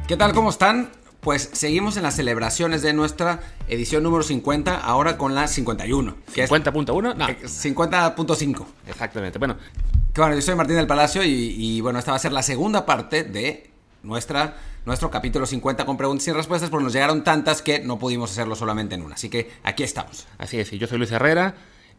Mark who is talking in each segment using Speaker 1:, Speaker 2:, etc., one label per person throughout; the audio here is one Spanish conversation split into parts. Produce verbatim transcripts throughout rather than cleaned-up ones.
Speaker 1: ¿Qué tal? ¿Cómo están? Pues seguimos en las celebraciones de nuestra edición número cincuenta, ahora con la cincuenta y uno.
Speaker 2: ¿cincuenta punto uno? No.
Speaker 1: cincuenta punto cinco.
Speaker 2: Exactamente. Bueno,
Speaker 1: que bueno, yo soy Martín del Palacio y, y bueno, esta va a ser la segunda parte de nuestra, nuestro capítulo cincuenta con preguntas y respuestas, porque nos llegaron tantas que no pudimos hacerlo solamente en una. Así que aquí estamos.
Speaker 2: Así es, y yo soy Luis Herrera.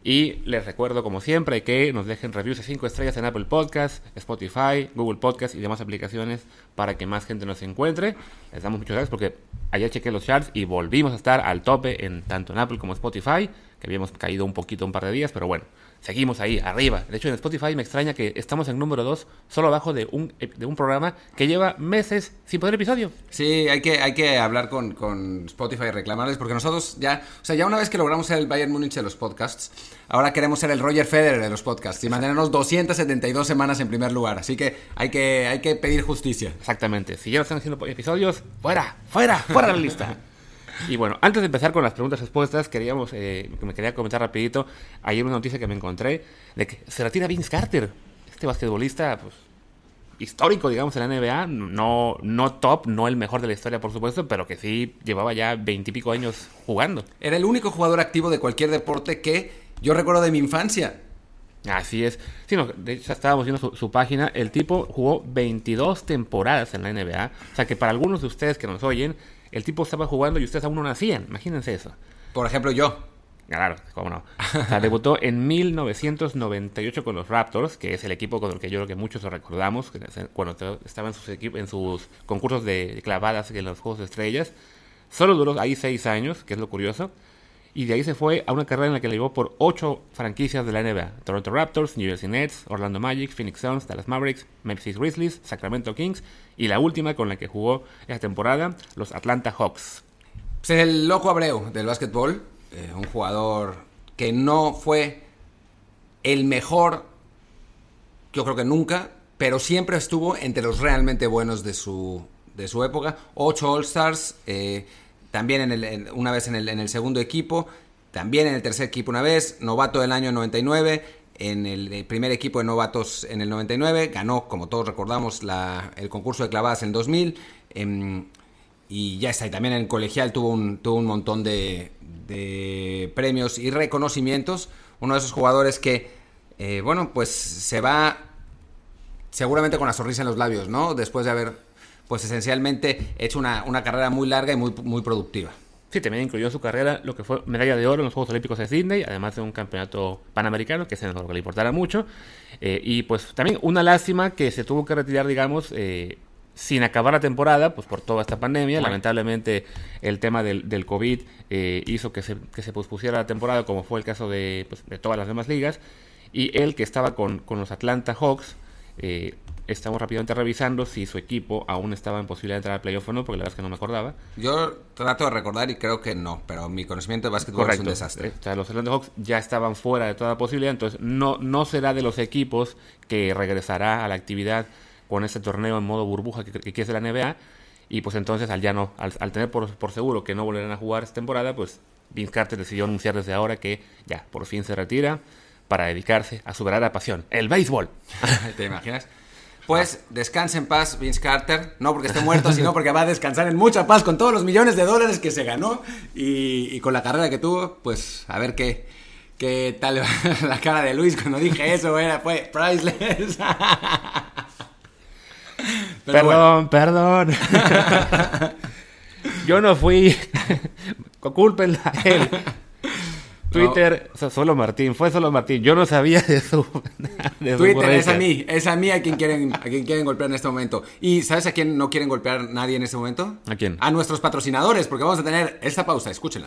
Speaker 2: Y les recuerdo, como siempre, que nos dejen reviews de cinco estrellas en Apple Podcasts, Spotify, Google Podcasts y demás aplicaciones para que más gente nos encuentre. Les damos muchas gracias porque ayer chequé los charts y volvimos a estar al tope en tanto en Apple como Spotify, que habíamos caído un poquito un par de días, pero bueno, seguimos ahí, arriba. De hecho, en Spotify me extraña que estamos en número dos, solo abajo de un, de un programa que lleva meses sin poner episodio.
Speaker 1: Sí, hay que, hay que hablar con, con Spotify y reclamarles, porque nosotros ya, o sea, ya una vez que logramos ser el Bayern Múnich de los podcasts, ahora queremos ser el Roger Federer de los podcasts y mantenernos doscientas setenta y dos semanas en primer lugar. Así que hay que, hay que pedir justicia.
Speaker 2: Exactamente. Si ya no están haciendo episodios, fuera, fuera, fuera de la lista. Y bueno, antes de empezar con las preguntas y respuestas, queríamos, eh, me quería comentar rapidito, ayer una noticia que me encontré de que se retira Vince Carter, este basquetbolista pues, histórico, digamos, en la N B A, no, no top, no el mejor de la historia, por supuesto, pero que sí llevaba ya veintipico años jugando.
Speaker 1: Era el único jugador activo de cualquier deporte que yo recuerdo de mi infancia.
Speaker 2: Así es. Sí, no, de hecho estábamos viendo su, su página, el tipo jugó veintidós temporadas en la N B A, o sea que para algunos de ustedes que nos oyen, el tipo estaba jugando y ustedes aún no nacían. Imagínense eso.
Speaker 1: Por ejemplo, yo.
Speaker 2: Claro, cómo no. O sea, debutó en mil novecientos noventa y ocho con los Raptors, que es el equipo con el que yo creo que muchos lo recordamos, cuando estaba en sus, equipos, en sus concursos de clavadas en los Juegos de Estrellas. Solo duró ahí seis años, que es lo curioso. Y de ahí se fue a una carrera en la que le llevó por ocho franquicias de la N B A. Toronto Raptors, New Jersey Nets, Orlando Magic, Phoenix Suns, Dallas Mavericks, Memphis Grizzlies, Sacramento Kings y la última con la que jugó esta temporada, los Atlanta Hawks.
Speaker 1: Pues es el loco Abreu del básquetbol, eh, un jugador que no fue el mejor, yo creo que nunca, pero siempre estuvo entre los realmente buenos de su, de su época. Ocho All-Stars, eh, también en el, en, una vez en el, en el segundo equipo, también en el tercer equipo una vez, novato del año noventa y nueve, en el, el primer equipo de novatos en el noventa y nueve, ganó, como todos recordamos, la, el concurso de clavadas en el dos mil, eh, y ya está, y también en el colegial tuvo un, tuvo un montón de, de premios y reconocimientos, uno de esos jugadores que, eh, bueno, pues se va seguramente con la sonrisa en los labios, ¿no? Después de haber pues esencialmente hecho una, una carrera muy larga y muy, muy productiva.
Speaker 2: Sí, también incluyó en su carrera lo que fue medalla de oro en los Juegos Olímpicos de Sydney, además de un campeonato panamericano, que es lo que le importara mucho. Eh, y pues también una lástima que se tuvo que retirar, digamos, eh, sin acabar la temporada, pues por toda esta pandemia. Bueno. Lamentablemente el tema del, del COVID eh, hizo que se, que se pospusiera la temporada, como fue el caso de, pues, de todas las demás ligas. Y él, que estaba con, con los Atlanta Hawks, eh, estamos rápidamente revisando si su equipo aún estaba en posibilidad de entrar al playoff o no, porque la verdad es que no me acordaba.
Speaker 1: Yo trato de recordar y creo que no, pero mi conocimiento de básquetbol
Speaker 2: Correcto.
Speaker 1: Es un desastre.
Speaker 2: O sea, los Atlanta Hawks ya estaban fuera de toda posibilidad, entonces no, no será de los equipos que regresará a la actividad con este torneo en modo burbuja que, que, que es de la N B A, y pues entonces al ya no, al, al tener por, por seguro que no volverán a jugar esta temporada, pues Vince Carter decidió anunciar desde ahora que ya por fin se retira para dedicarse a su verdadera pasión, el béisbol.
Speaker 1: ¿Te imaginas? Pues descansa en paz Vince Carter, no porque esté muerto, sino porque va a descansar en mucha paz con todos los millones de dólares que se ganó y, y con la carrera que tuvo. Pues a ver qué, qué tal la cara de Luis cuando dije eso, era, fue priceless.
Speaker 2: Pero perdón, bueno. perdón. Yo no fui. Culpenla a él. Twitter, no. Solo Martín, fue solo Martín. Yo no sabía de su. De
Speaker 1: Twitter
Speaker 2: su
Speaker 1: es a mí, es a mí a quien quieren, a quien quieren golpear en este momento. ¿Y sabes a quién no quieren golpear nadie en este momento?
Speaker 2: ¿A quién?
Speaker 1: A nuestros patrocinadores, porque vamos a tener esta pausa, escúchenla.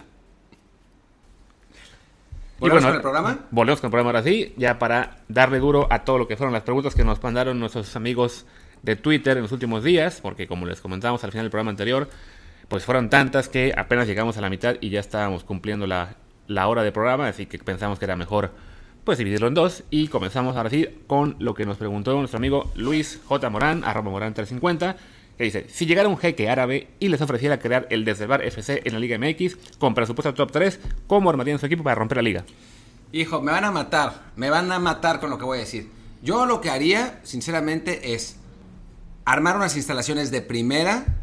Speaker 1: ¿Volvemos bueno, con el programa?
Speaker 2: Volvemos con el programa ahora sí, ya para darle duro a todo lo que fueron las preguntas que nos mandaron nuestros amigos de Twitter en los últimos días, porque como les comentábamos al final del programa anterior, pues fueron tantas que apenas llegamos a la mitad y ya estábamos cumpliendo la, la hora de programa, así que pensamos que era mejor pues dividirlo en dos, y comenzamos ahora sí con lo que nos preguntó nuestro amigo Luis J. Morán, arroba Morán trescientos cincuenta, que dice: si llegara un jeque árabe y les ofreciera crear el Desde el Bar F C en la Liga M X con presupuesto top tres, ¿cómo armarían su equipo para romper la liga?
Speaker 1: Hijo, me van a matar, me van a matar con lo que voy a decir. Yo lo que haría, sinceramente, es armar unas instalaciones de primera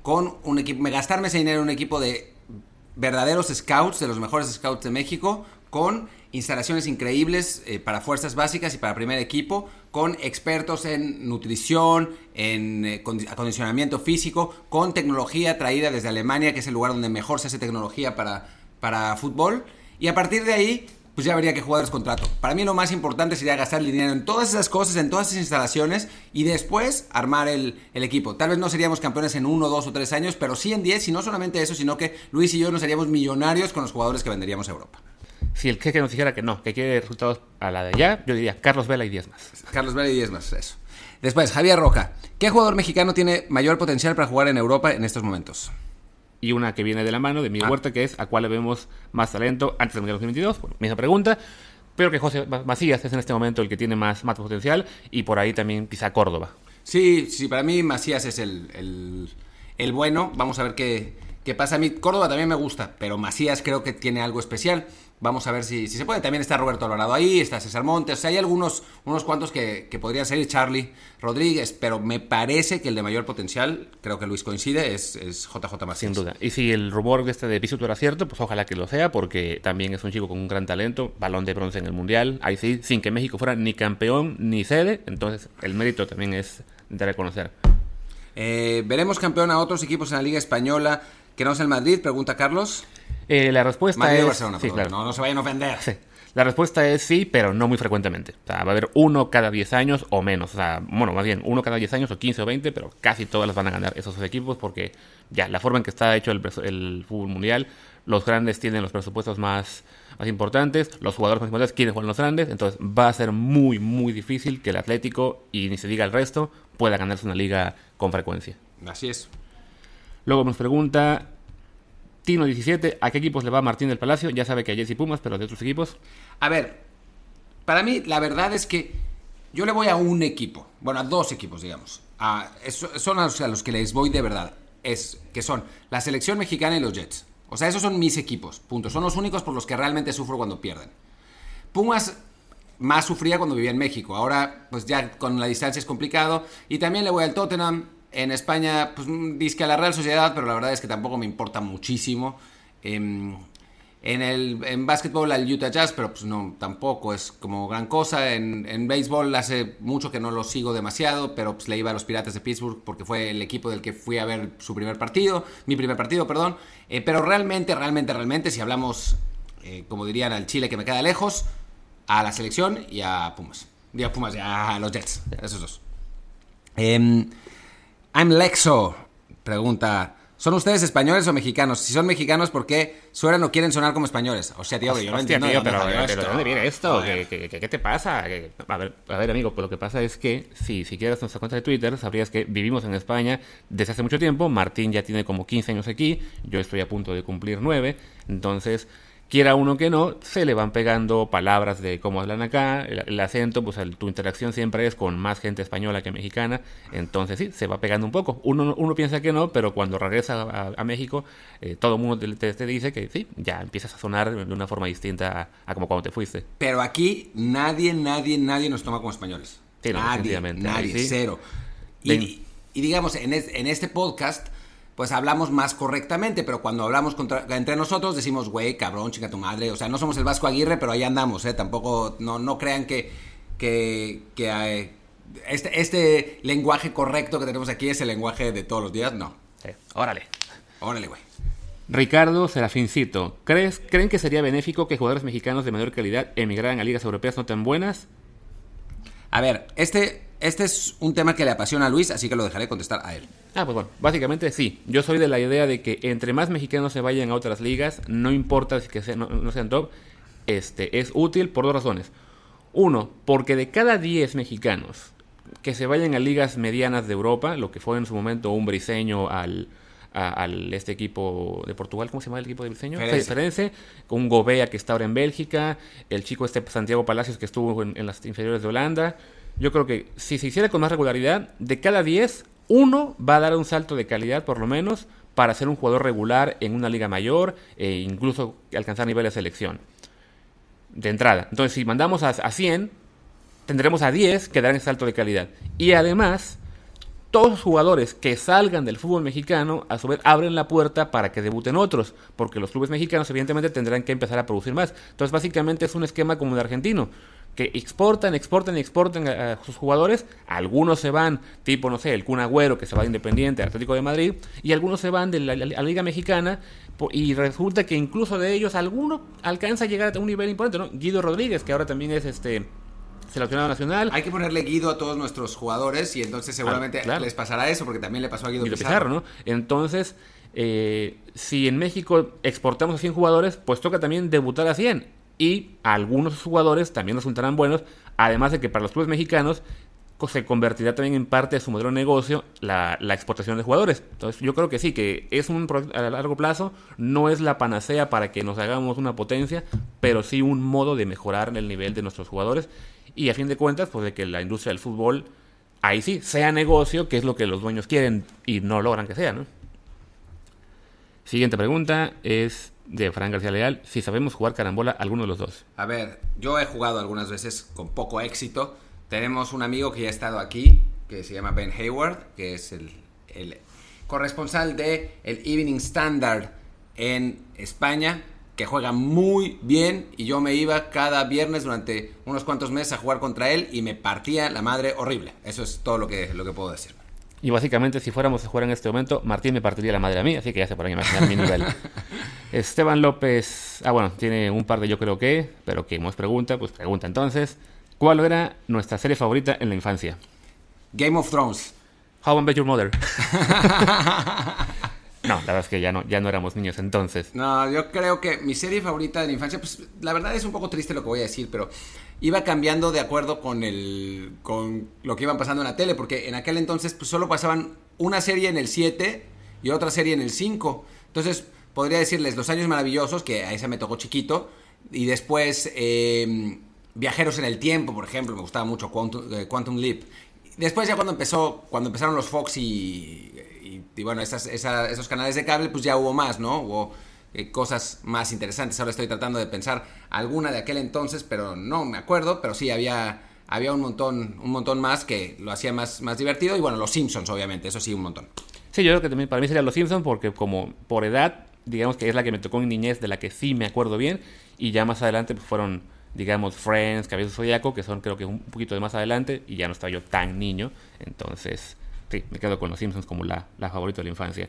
Speaker 1: con un equipo, gastarme ese dinero en un equipo de verdaderos scouts, de los mejores scouts de México, con instalaciones increíbles eh, para fuerzas básicas y para primer equipo, con expertos en nutrición, en eh, acondicionamiento físico, con tecnología traída desde Alemania, que es el lugar donde mejor se hace tecnología para, para fútbol, y a partir de ahí pues ya vería qué jugadores contrato. Para mí lo más importante sería gastar el dinero en todas esas cosas, en todas esas instalaciones, y después armar el, el equipo. Tal vez no seríamos campeones en uno, dos o tres años, pero sí en diez, y no solamente eso, sino que Luis y yo nos haríamos millonarios con los jugadores que venderíamos a Europa.
Speaker 2: Si el jeque nos dijera que no, que quiere resultados a la de ya, yo diría Carlos Vela y diez más.
Speaker 1: Carlos Vela y diez más, eso. Después, Javier Roca. ¿Qué jugador mexicano tiene mayor potencial para jugar en Europa en estos momentos?
Speaker 2: Y una que viene de la mano de Miguel ah. Huerta, que es ¿a cuál le vemos más talento antes del Mundial dos mil veintidós? Bueno, misma pregunta, pero que José Macías es en este momento el que tiene más, más potencial, y por ahí también quizá Córdoba.
Speaker 1: Sí, sí, para mí Macías es el, el, el bueno. Vamos a ver qué, qué pasa. A mí Córdoba también me gusta, pero Macías creo que tiene algo especial. Vamos a ver si, si se puede. También está Roberto Alvarado ahí, está César Montes. O sea, hay algunos unos cuantos que, que podrían ser, Charlie Rodríguez, pero me parece que el de mayor potencial, creo que Luis coincide, es, es J J Macías.
Speaker 2: Sin duda. Y si el rumor este de Pisuto era cierto, pues ojalá que lo sea, porque también es un chico con un gran talento, balón de bronce en el Mundial, ahí sí, sin que México fuera ni campeón ni sede, entonces el mérito también es de reconocer.
Speaker 1: Eh, ¿Veremos campeón a otros equipos en la Liga Española que no sea el Madrid? Pregunta Carlos.
Speaker 2: Eh, la respuesta
Speaker 1: Madrid
Speaker 2: es...
Speaker 1: o Barcelona,
Speaker 2: sí, claro.
Speaker 1: no, no se vayan a ofender.
Speaker 2: Sí. La respuesta es sí, pero no muy frecuentemente. O sea, va a haber uno cada diez años o menos. O sea, bueno, más bien uno cada diez años o quince o veinte, pero casi todas las van a ganar esos equipos porque ya la forma en que está hecho el, el fútbol mundial, los grandes tienen los presupuestos más, más importantes, los jugadores más importantes quieren jugar en los grandes, entonces va a ser muy, muy difícil que el Atlético, y ni se diga el resto, pueda ganarse una liga con frecuencia.
Speaker 1: Así es.
Speaker 2: Luego nos pregunta Tino diecisiete, ¿a qué equipos le va Martín del Palacio? Ya sabe que a Jets y Pumas, pero de otros equipos.
Speaker 1: A ver, para mí la verdad es que yo le voy a un equipo, bueno, a dos equipos, digamos. A, es, son a los, a los que les voy de verdad. Es que son la selección mexicana y los Jets. O sea, esos son mis equipos, punto. Son los únicos por los que realmente sufro cuando pierden. Pumas más sufría cuando vivía en México. Ahora, pues ya con la distancia es complicado. Y también le voy al Tottenham. En España, pues disque a la Real Sociedad, pero la verdad es que tampoco me importa muchísimo. Eh, en el en básquetbol al Utah Jazz, pero pues no, tampoco es como gran cosa. En, en béisbol hace mucho que no lo sigo demasiado, pero pues le iba a los Piratas de Pittsburgh porque fue el equipo del que fui a ver su primer partido, mi primer partido, perdón. Eh, pero realmente, realmente, realmente, si hablamos, eh, como dirían, al Chile que me queda lejos, a la selección y a Pumas. Y a Pumas y a los Jets, esos dos. Eh, I'm Lexo, pregunta, ¿son ustedes españoles o mexicanos? Si son mexicanos, ¿por qué suenan o quieren sonar como españoles? O sea, tío, yo no
Speaker 2: Hostia,
Speaker 1: entiendo.
Speaker 2: Tío,
Speaker 1: de
Speaker 2: pero,
Speaker 1: pero,
Speaker 2: pero,
Speaker 1: esto.
Speaker 2: ¿de dónde viene esto? ¿Qué, qué, qué, qué te pasa? A ver, a ver, amigo, pues lo que pasa es que si, si quieres nuestra cuenta de Twitter, sabrías que vivimos en España desde hace mucho tiempo. Martín ya tiene como quince años aquí, yo estoy a punto de cumplir nueve, entonces, quiera uno que no, se le van pegando palabras de cómo hablan acá, el, el acento, pues el, tu interacción siempre es con más gente española que mexicana, entonces sí, se va pegando un poco. Uno, uno piensa que no, pero cuando regresa a, a México, eh, todo el mundo te, te, te dice que sí, ya empiezas a sonar de una forma distinta a, a como cuando te fuiste.
Speaker 1: Pero aquí nadie, nadie, nadie nos toma como españoles.
Speaker 2: Sí, no,
Speaker 1: nadie, nadie,
Speaker 2: sí.
Speaker 1: Cero. Y, y digamos, en, es, en este podcast, pues hablamos más correctamente, pero cuando hablamos contra, entre nosotros decimos, güey, cabrón, chica tu madre. O sea, no somos el Vasco Aguirre, pero ahí andamos, ¿eh? Tampoco, no, no crean que, que, que eh, este, este lenguaje correcto que tenemos aquí es el lenguaje de todos los días, no.
Speaker 2: Sí. Órale.
Speaker 1: Órale, güey.
Speaker 2: Ricardo Serafincito, ¿crees, ¿creen que sería benéfico que jugadores mexicanos de mayor calidad emigraran a ligas europeas no tan buenas?
Speaker 1: A ver, este, este es un tema que le apasiona a Luis, así que lo dejaré contestar a él.
Speaker 2: Ah, pues bueno, básicamente sí. Yo soy de la idea de que entre más mexicanos se vayan a otras ligas, no importa si que sea, no, no sean top, este, es útil por dos razones. Uno, porque de cada diez mexicanos que se vayan a ligas medianas de Europa, lo que fue en su momento un Briseño al, a, al este equipo de Portugal, ¿cómo se llama el equipo de Briseño? Ferense, un Gobea que está ahora en Bélgica, el chico este Santiago Palacios que estuvo en, en las inferiores de Holanda. Yo creo que si se hiciera con más regularidad, de cada diez, uno va a dar un salto de calidad por lo menos para ser un jugador regular en una liga mayor e incluso alcanzar nivel de selección de entrada. Entonces, si mandamos a, a cien, tendremos a diez que darán ese salto de calidad. Y además, todos los jugadores que salgan del fútbol mexicano, a su vez, abren la puerta para que debuten otros, porque los clubes mexicanos, evidentemente, tendrán que empezar a producir más. Entonces, básicamente, es un esquema como el argentino, que exportan, exportan y exportan a, a sus jugadores. Algunos se van, tipo, no sé, el Kun Agüero, que se va de Independiente, Atlético de Madrid, y algunos se van de la, la, la Liga Mexicana, y resulta que incluso de ellos, alguno alcanza a llegar a un nivel importante, ¿no? Guido Rodríguez, que ahora también es este... seleccionado nacional.
Speaker 1: Hay que ponerle Guido a todos nuestros jugadores y entonces seguramente ah, claro. les pasará eso, porque también le pasó a Guido,
Speaker 2: Guido
Speaker 1: Pizarro.
Speaker 2: Pizarro, ¿no? Entonces, eh, si en México exportamos a cien jugadores, pues toca también debutar a cien. Y algunos jugadores también resultarán buenos, además de que para los clubes mexicanos se convertirá también en parte de su modelo de negocio la, la exportación de jugadores. Entonces yo creo que sí, que es un proyecto a largo plazo, no es la panacea para que nos hagamos una potencia, pero sí un modo de mejorar el nivel de nuestros jugadores. Y a fin de cuentas, pues de que la industria del fútbol, ahí sí, sea negocio, que es lo que los dueños quieren y no logran que sea, ¿no? Siguiente pregunta es de Fran García Leal. Si sabemos jugar carambola, alguno de los dos.
Speaker 1: A ver, yo he jugado algunas veces con poco éxito. Tenemos un amigo que ya ha estado aquí, que se llama Ben Hayward, que es el, el corresponsal de el Evening Standard en España, que juega muy bien, y yo me iba cada viernes durante unos cuantos meses a jugar contra él y me partía la madre horrible. Eso es todo lo que, lo que puedo decir.
Speaker 2: Y básicamente, si fuéramos a jugar en este momento, Martín me partiría la madre a mí, así que ya se podrán imaginar mi nivel. Esteban López, ah bueno, tiene un par de yo creo que, pero que nos pregunta, pues pregunta entonces, ¿cuál era nuestra serie favorita en la infancia?
Speaker 1: Game of Thrones.
Speaker 2: How I Met Your Mother. No, la verdad es que ya no, ya no éramos niños entonces.
Speaker 1: No, yo creo que mi serie favorita de la infancia, pues la verdad es un poco triste lo que voy a decir, pero iba cambiando de acuerdo con el con lo que iban pasando en la tele, porque en aquel entonces pues solo pasaban una serie en el siete y otra serie en el cinco. Entonces podría decirles Los Años Maravillosos, que a esa me tocó chiquito, y después eh, Viajeros en el Tiempo, por ejemplo, me gustaba mucho Quantum, eh, Quantum Leap. Después ya cuando empezó, cuando empezaron los Fox y, y, y bueno, esas, esa, esos canales de cable, pues ya hubo más, ¿no? Hubo eh, cosas más interesantes. Ahora estoy tratando de pensar alguna de aquel entonces, pero no me acuerdo, pero sí había, había un montón, un montón más que lo hacía más, más divertido. Y bueno, Los Simpsons, obviamente, eso sí, un montón.
Speaker 2: Sí, yo creo que también para mí sería Los Simpsons, porque como por edad, digamos que es la que me tocó en niñez, de la que sí me acuerdo bien, y ya más adelante pues fueron, digamos, Friends, Caballero Zodíaco, que son creo que un poquito de más adelante, y ya no estaba yo tan niño, entonces sí, me quedo con Los Simpsons como la, la favorita de la infancia.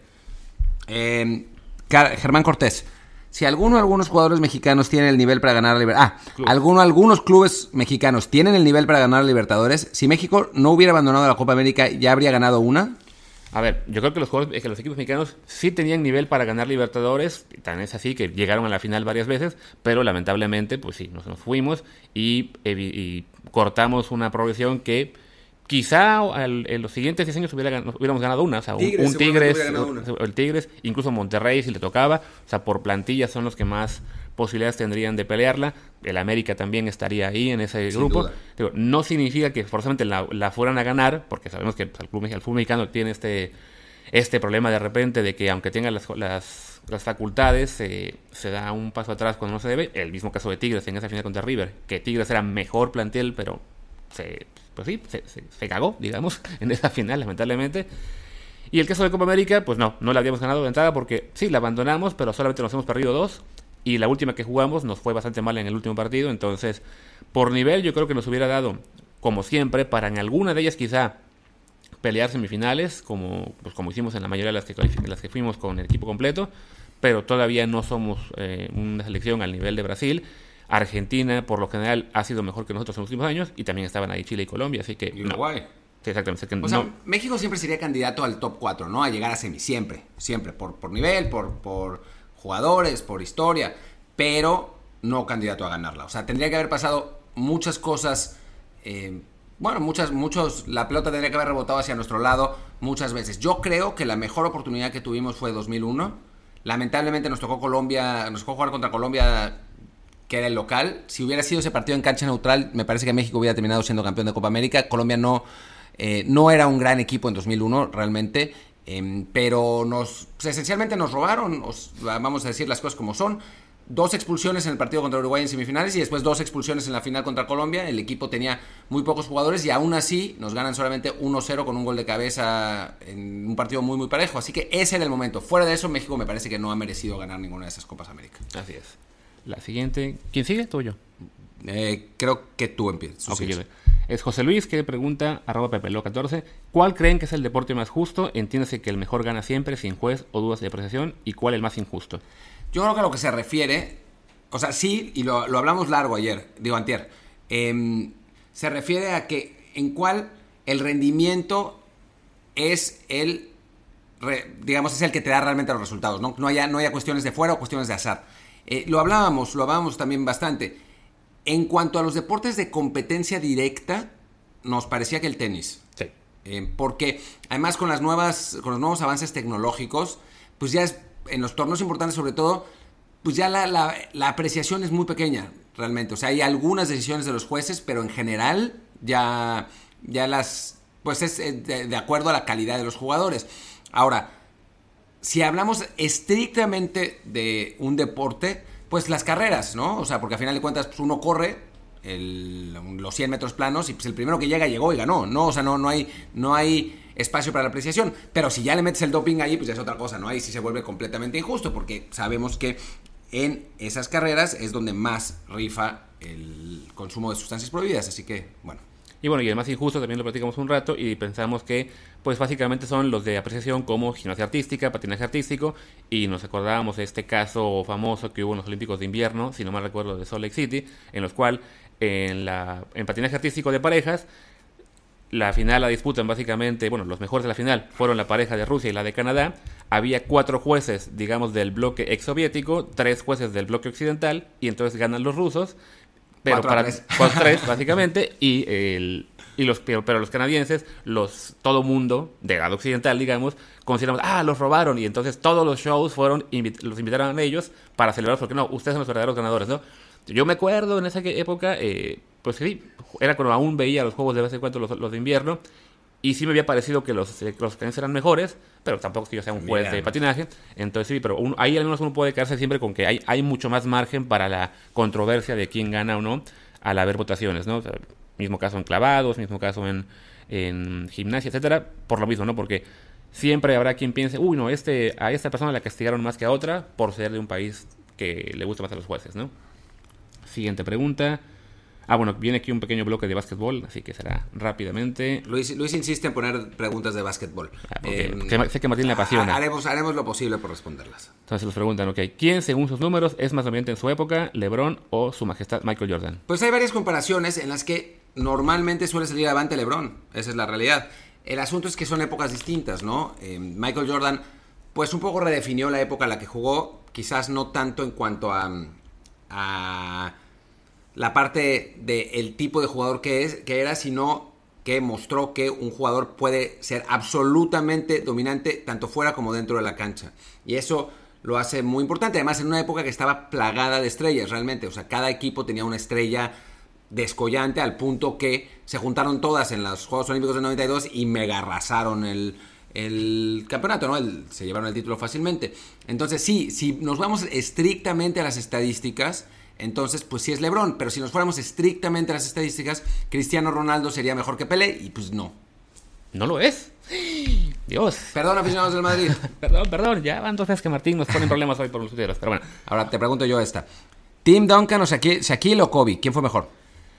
Speaker 1: Eh, Germán Cortés, si alguno algunos jugadores mexicanos tienen el nivel para ganar la Libertadores, ah, Club. alguno algunos clubes mexicanos tienen el nivel para ganar la Libertadores, si México no hubiera abandonado la Copa América, ¿ya habría ganado una?
Speaker 2: A ver, yo creo que los jugadores, que los equipos mexicanos sí tenían nivel para ganar Libertadores, tan es así que llegaron a la final varias veces, pero lamentablemente, pues sí, nos, nos fuimos y, y, y cortamos una progresión que quizá al, en los siguientes diez años hubiera, hubiéramos ganado una, o sea, Tigres, un, un Tigres, una. el Tigres, incluso Monterrey si le tocaba, o sea, por plantilla son los que más posibilidades tendrían de pelearla. El América también estaría ahí en ese Sin grupo. Digo, no significa que forzosamente la, la fueran a ganar, porque sabemos que pues, el, club, el fútbol mexicano tiene este, este problema de repente de que aunque tenga las, las, las facultades, eh, se da un paso atrás cuando no se debe. El mismo caso de Tigres en esa final contra River, que Tigres era mejor plantel, pero se, pues sí, se, se, se cagó, digamos, en esa final, lamentablemente. Y el caso de Copa América, pues no, no la habíamos ganado de entrada porque sí, la abandonamos, pero solamente nos hemos perdido dos. Y la última que jugamos nos fue bastante mal en el último partido. Entonces, por nivel yo creo que nos hubiera dado, como siempre, para en alguna de ellas quizá pelear semifinales, como, pues, como hicimos en la mayoría de las que, las que fuimos con el equipo completo. Pero todavía no somos eh, una selección al nivel de Brasil. Argentina, por lo general, ha sido mejor que nosotros en los últimos años. Y también estaban ahí Chile y Colombia, así que...
Speaker 1: Y Uruguay.
Speaker 2: No. Sí, exactamente. Que
Speaker 1: o
Speaker 2: no.
Speaker 1: sea, México siempre sería candidato al top cuatro, ¿no? A llegar a semi, siempre. Siempre, por, por nivel, por... por jugadores, por historia, pero no candidato a ganarla. O sea, tendría que haber pasado muchas cosas, eh, bueno, muchas, muchos, la pelota tendría que haber rebotado hacia nuestro lado muchas veces. Yo creo que la mejor oportunidad que tuvimos fue dos mil uno. Lamentablemente nos tocó Colombia, nos tocó jugar contra Colombia, que era el local. Si hubiera sido ese partido en cancha neutral, me parece que México hubiera terminado siendo campeón de Copa América. Colombia no, eh, no era un gran equipo en dos mil uno, realmente. Eh, pero nos pues esencialmente nos robaron, os, vamos a decir las cosas como son. dos expulsiones en el partido contra Uruguay en semifinales y después dos expulsiones en la final contra Colombia. El equipo tenía muy pocos jugadores y aún así nos ganan solamente uno cero con un gol de cabeza en un partido muy muy parejo. Así que ese era el momento. Fuera de eso, México me parece que no ha merecido ganar ninguna de esas Copas América.
Speaker 2: Así es. La siguiente, ¿quién sigue? ¿Tú o yo?
Speaker 1: Eh, creo que tú empiezas.
Speaker 2: Okay, es José Luis que pregunta, arroba pepelo catorce, ¿cuál creen que es el deporte más justo? Entiéndase que el mejor gana siempre, sin juez o dudas de apreciación, ¿y cuál el más injusto?
Speaker 1: Yo creo que a lo que se refiere, o sea, sí, y lo, lo hablamos largo ayer, digo antier, eh, se refiere a que en cuál el rendimiento es el, re, digamos, es el que te da realmente los resultados, ¿no? No haya, no haya cuestiones de fuera o cuestiones de azar. Eh, lo hablábamos, lo hablábamos también bastante. En cuanto a los deportes de competencia directa, nos parecía que el tenis.
Speaker 2: Sí.
Speaker 1: Eh, porque además con las nuevas, con los nuevos avances tecnológicos, pues ya es, en los torneos importantes sobre todo, pues ya la, la, la apreciación es muy pequeña, realmente. O sea, hay algunas decisiones de los jueces, pero en general ya, ya las, pues es de, de acuerdo a la calidad de los jugadores. Ahora, si hablamos estrictamente de un deporte, pues las carreras, ¿no? O sea, porque al final de cuentas pues uno corre el, los cien metros planos y pues el primero que llega llegó y ganó, ¿no? O sea, no, no, hay, no hay espacio para la apreciación. Pero si ya le metes el doping ahí, pues ya es otra cosa, ¿no? Ahí sí se vuelve completamente injusto porque sabemos que en esas carreras es donde más rifa el consumo de sustancias prohibidas. Así que, bueno.
Speaker 2: Y bueno, y el más injusto también lo platicamos un rato y pensamos que, pues básicamente son los de apreciación como gimnasia artística, patinaje artístico, y nos acordábamos de este caso famoso que hubo en los Olímpicos de Invierno, si no mal recuerdo, de Salt Lake City, en los cuales en, la, en patinaje artístico de parejas, la final la disputan básicamente, bueno, los mejores de la final fueron la pareja de Rusia y la de Canadá. Había cuatro jueces, digamos, del bloque exsoviético, tres jueces del bloque occidental, y entonces ganan los rusos. Pero
Speaker 1: cuatro
Speaker 2: para
Speaker 1: a tres.
Speaker 2: cuatro a tres básicamente, y el y los pero, pero los canadienses, los todo mundo de lado occidental, digamos, consideramos, ah, los robaron, y entonces todos los shows fueron invit- los invitaron a ellos para celebrar, porque no, ustedes son los verdaderos ganadores, ¿no? Yo me acuerdo en esa época, eh, pues sí, era cuando aún veía los juegos de vez en cuando, los, los de invierno, y sí me había parecido que los, eh, los canadienses eran mejores, pero tampoco es que yo sea un juez Mira. de patinaje. Entonces sí, pero un, ahí al menos uno puede quedarse siempre con que hay, hay mucho más margen para la controversia de quién gana o no al haber votaciones, ¿no? O sea, mismo caso en clavados, mismo caso en, en gimnasia, etcétera, por lo mismo, ¿no? Porque siempre habrá quien piense, uy, no, este, a esta persona la castigaron más que a otra por ser de un país que le gusta más a los jueces, ¿no? Siguiente pregunta. Ah, bueno, viene aquí un pequeño bloque de básquetbol, así que será rápidamente.
Speaker 1: Luis, Luis insiste en poner preguntas de básquetbol.
Speaker 2: Ah, okay. eh, sé que Martín le apasiona.
Speaker 1: Haremos, haremos lo posible por responderlas.
Speaker 2: Entonces los preguntan, ok, ¿quién según sus números es más dominante en su época, LeBron o su majestad Michael Jordan?
Speaker 1: Pues hay varias comparaciones en las que normalmente suele salir adelante LeBron, esa es la realidad. El asunto es que son épocas distintas, ¿no? Eh, Michael Jordan, pues un poco redefinió la época en la que jugó, quizás no tanto en cuanto a... a la parte del tipo de jugador que, es, que era, sino que mostró que un jugador puede ser absolutamente dominante tanto fuera como dentro de la cancha. Y eso lo hace muy importante. Además, en una época que estaba plagada de estrellas, realmente. O sea, cada equipo tenía una estrella descollante al punto que se juntaron todas en los Juegos Olímpicos del noventa y dos y mega arrasaron el, el campeonato, ¿no? El, se llevaron el título fácilmente. Entonces, sí, si nos vamos estrictamente a las estadísticas... Entonces, pues sí es LeBron, pero si nos fuéramos estrictamente a las estadísticas, Cristiano Ronaldo sería mejor que Pelé, y pues no.
Speaker 2: ¿No lo es? Dios.
Speaker 1: Perdón, aficionados del Madrid.
Speaker 2: perdón, perdón, ya van dos veces que Martín nos pone problemas hoy por los tuiteros, pero bueno.
Speaker 1: Ahora te pregunto yo esta. ¿Tim Duncan o Shaquille, Shaquille o Kobe? ¿Quién fue mejor?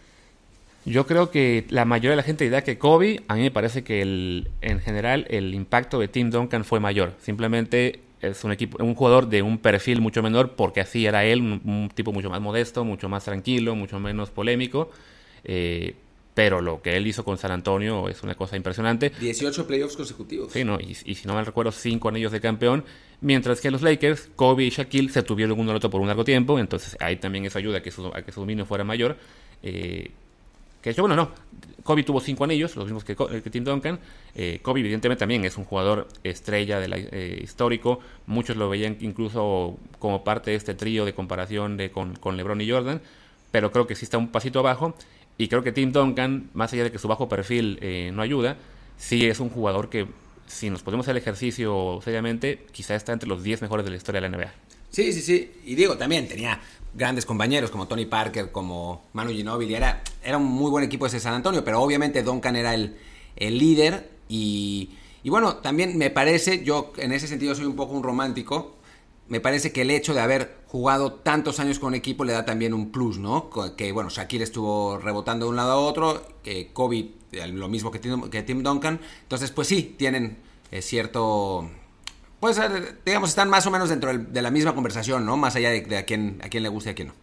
Speaker 2: Yo creo que la mayoría de la gente dirá que Kobe. A mí me parece que el, en general el impacto de Tim Duncan fue mayor. Simplemente... es un equipo, un jugador de un perfil mucho menor, porque así era él, un, un tipo mucho más modesto, mucho más tranquilo, mucho menos polémico, eh, pero lo que él hizo con San Antonio es una cosa impresionante.
Speaker 1: dieciocho playoffs consecutivos.
Speaker 2: Sí, ¿no? Y, y si no mal recuerdo, cinco anillos de campeón, mientras que los Lakers, Kobe y Shaquille se tuvieron uno al otro por un largo tiempo, entonces ahí también eso ayuda a que su, a que su dominio fuera mayor. Eh, que de hecho, bueno, no, Kobe tuvo cinco anillos, los mismos que, que Tim Duncan. Eh, Kobe evidentemente también es un jugador estrella de la, eh, histórico. Muchos lo veían incluso como parte de este trío de comparación de, con, con LeBron y Jordan, pero creo que sí está un pasito abajo. Y creo que Tim Duncan, más allá de que su bajo perfil eh, no ayuda, sí es un jugador que, si nos ponemos el ejercicio seriamente, quizá está entre los diez mejores de la historia de la N B A.
Speaker 1: Sí, sí, sí. Y digo, también tenía grandes compañeros como Tony Parker, como Manu Ginóbili. Era, era un muy buen equipo ese San Antonio, pero obviamente Duncan era el, el líder. Y, y bueno, también me parece, yo en ese sentido soy un poco un romántico, me parece que el hecho de haber jugado tantos años con un equipo le da también un plus, ¿no? Que, bueno, Shaquille estuvo rebotando de un lado a otro, que Kobe, lo mismo que Tim, que Tim Duncan. Entonces, pues sí, tienen eh, cierto... Pues, digamos, están más o menos dentro de la misma conversación, ¿no? Más allá de, de a, quién, a quién le guste y a quién no.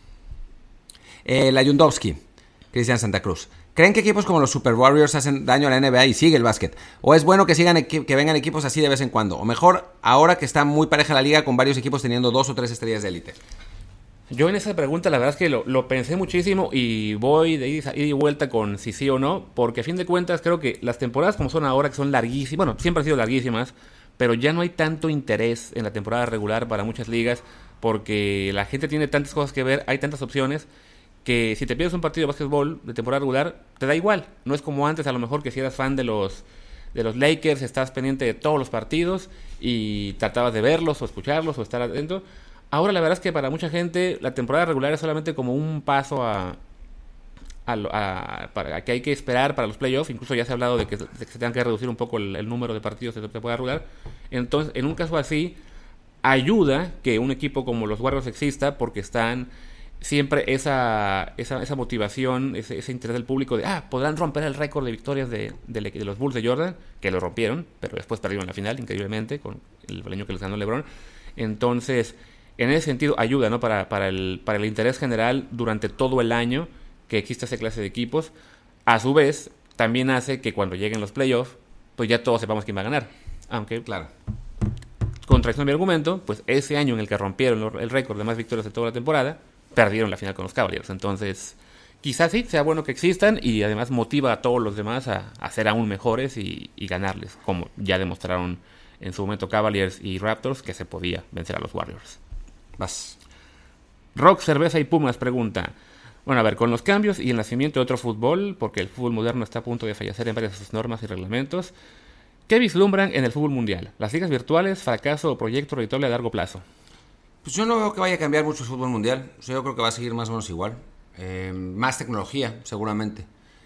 Speaker 1: Eh, la Yundowski, Cristian Santa Cruz. ¿Creen que equipos como los Super Warriors hacen daño a la N B A y sigue el básquet? ¿O es bueno que sigan que vengan equipos así de vez en cuando? O mejor, ahora que está muy pareja la liga con varios equipos teniendo dos o tres estrellas de élite.
Speaker 2: Yo en esa pregunta la verdad es que lo, lo pensé muchísimo y voy de ida y vuelta con si sí o no, porque a fin de cuentas creo que las temporadas como son ahora, que son larguísimas, bueno, siempre han sido larguísimas, pero ya no hay tanto interés en la temporada regular para muchas ligas, porque la gente tiene tantas cosas que ver, hay tantas opciones, que si te pierdes un partido de básquetbol de temporada regular, te da igual. No es como antes, a lo mejor, que si eras fan de los, de los Lakers, estás pendiente de todos los partidos y tratabas de verlos o escucharlos o estar adentro. Ahora la verdad es que para mucha gente la temporada regular es solamente como un paso a... A, a, para, a que hay que esperar para los playoffs. Incluso ya se ha hablado de que, de que se tengan que reducir un poco el, el número de partidos de temporada regular. Entonces, en un caso así, ayuda que un equipo como los Warriors exista, porque están siempre esa esa, esa motivación, ese, ese interés del público de, ah, podrán romper el récord de victorias de, de, de los Bulls de Jordan, que lo rompieron, pero después perdieron la final, increíblemente, con el año que les ganó LeBron. Entonces, en ese sentido, ayuda, ¿no? Para, para, el, para el interés general durante todo el año que exista esa clase de equipos. A su vez, también hace que cuando lleguen los playoffs, pues ya todos sepamos quién va a ganar. Aunque, claro, contradicción de mi argumento, pues ese año en el que rompieron el récord de más victorias de toda la temporada, perdieron la final con los Cavaliers. Entonces, quizás sí, sea bueno que existan y además motiva a todos los demás a, a ser aún mejores y, y ganarles, como ya demostraron en su momento Cavaliers y Raptors, que se podía vencer a los Warriors.
Speaker 1: Vas.
Speaker 2: Rock, Cerveza y Pumas pregunta... Bueno, a ver, con los cambios y el nacimiento de otro fútbol, porque el fútbol moderno está a punto de fallecer en varias de sus normas y reglamentos, ¿qué vislumbran en el fútbol mundial? ¿Las ligas virtuales, fracaso o proyecto redituable a largo plazo?
Speaker 1: Pues yo no veo que vaya a cambiar mucho el fútbol mundial. O sea, yo creo que va a seguir más o menos igual. Eh, más tecnología, seguramente.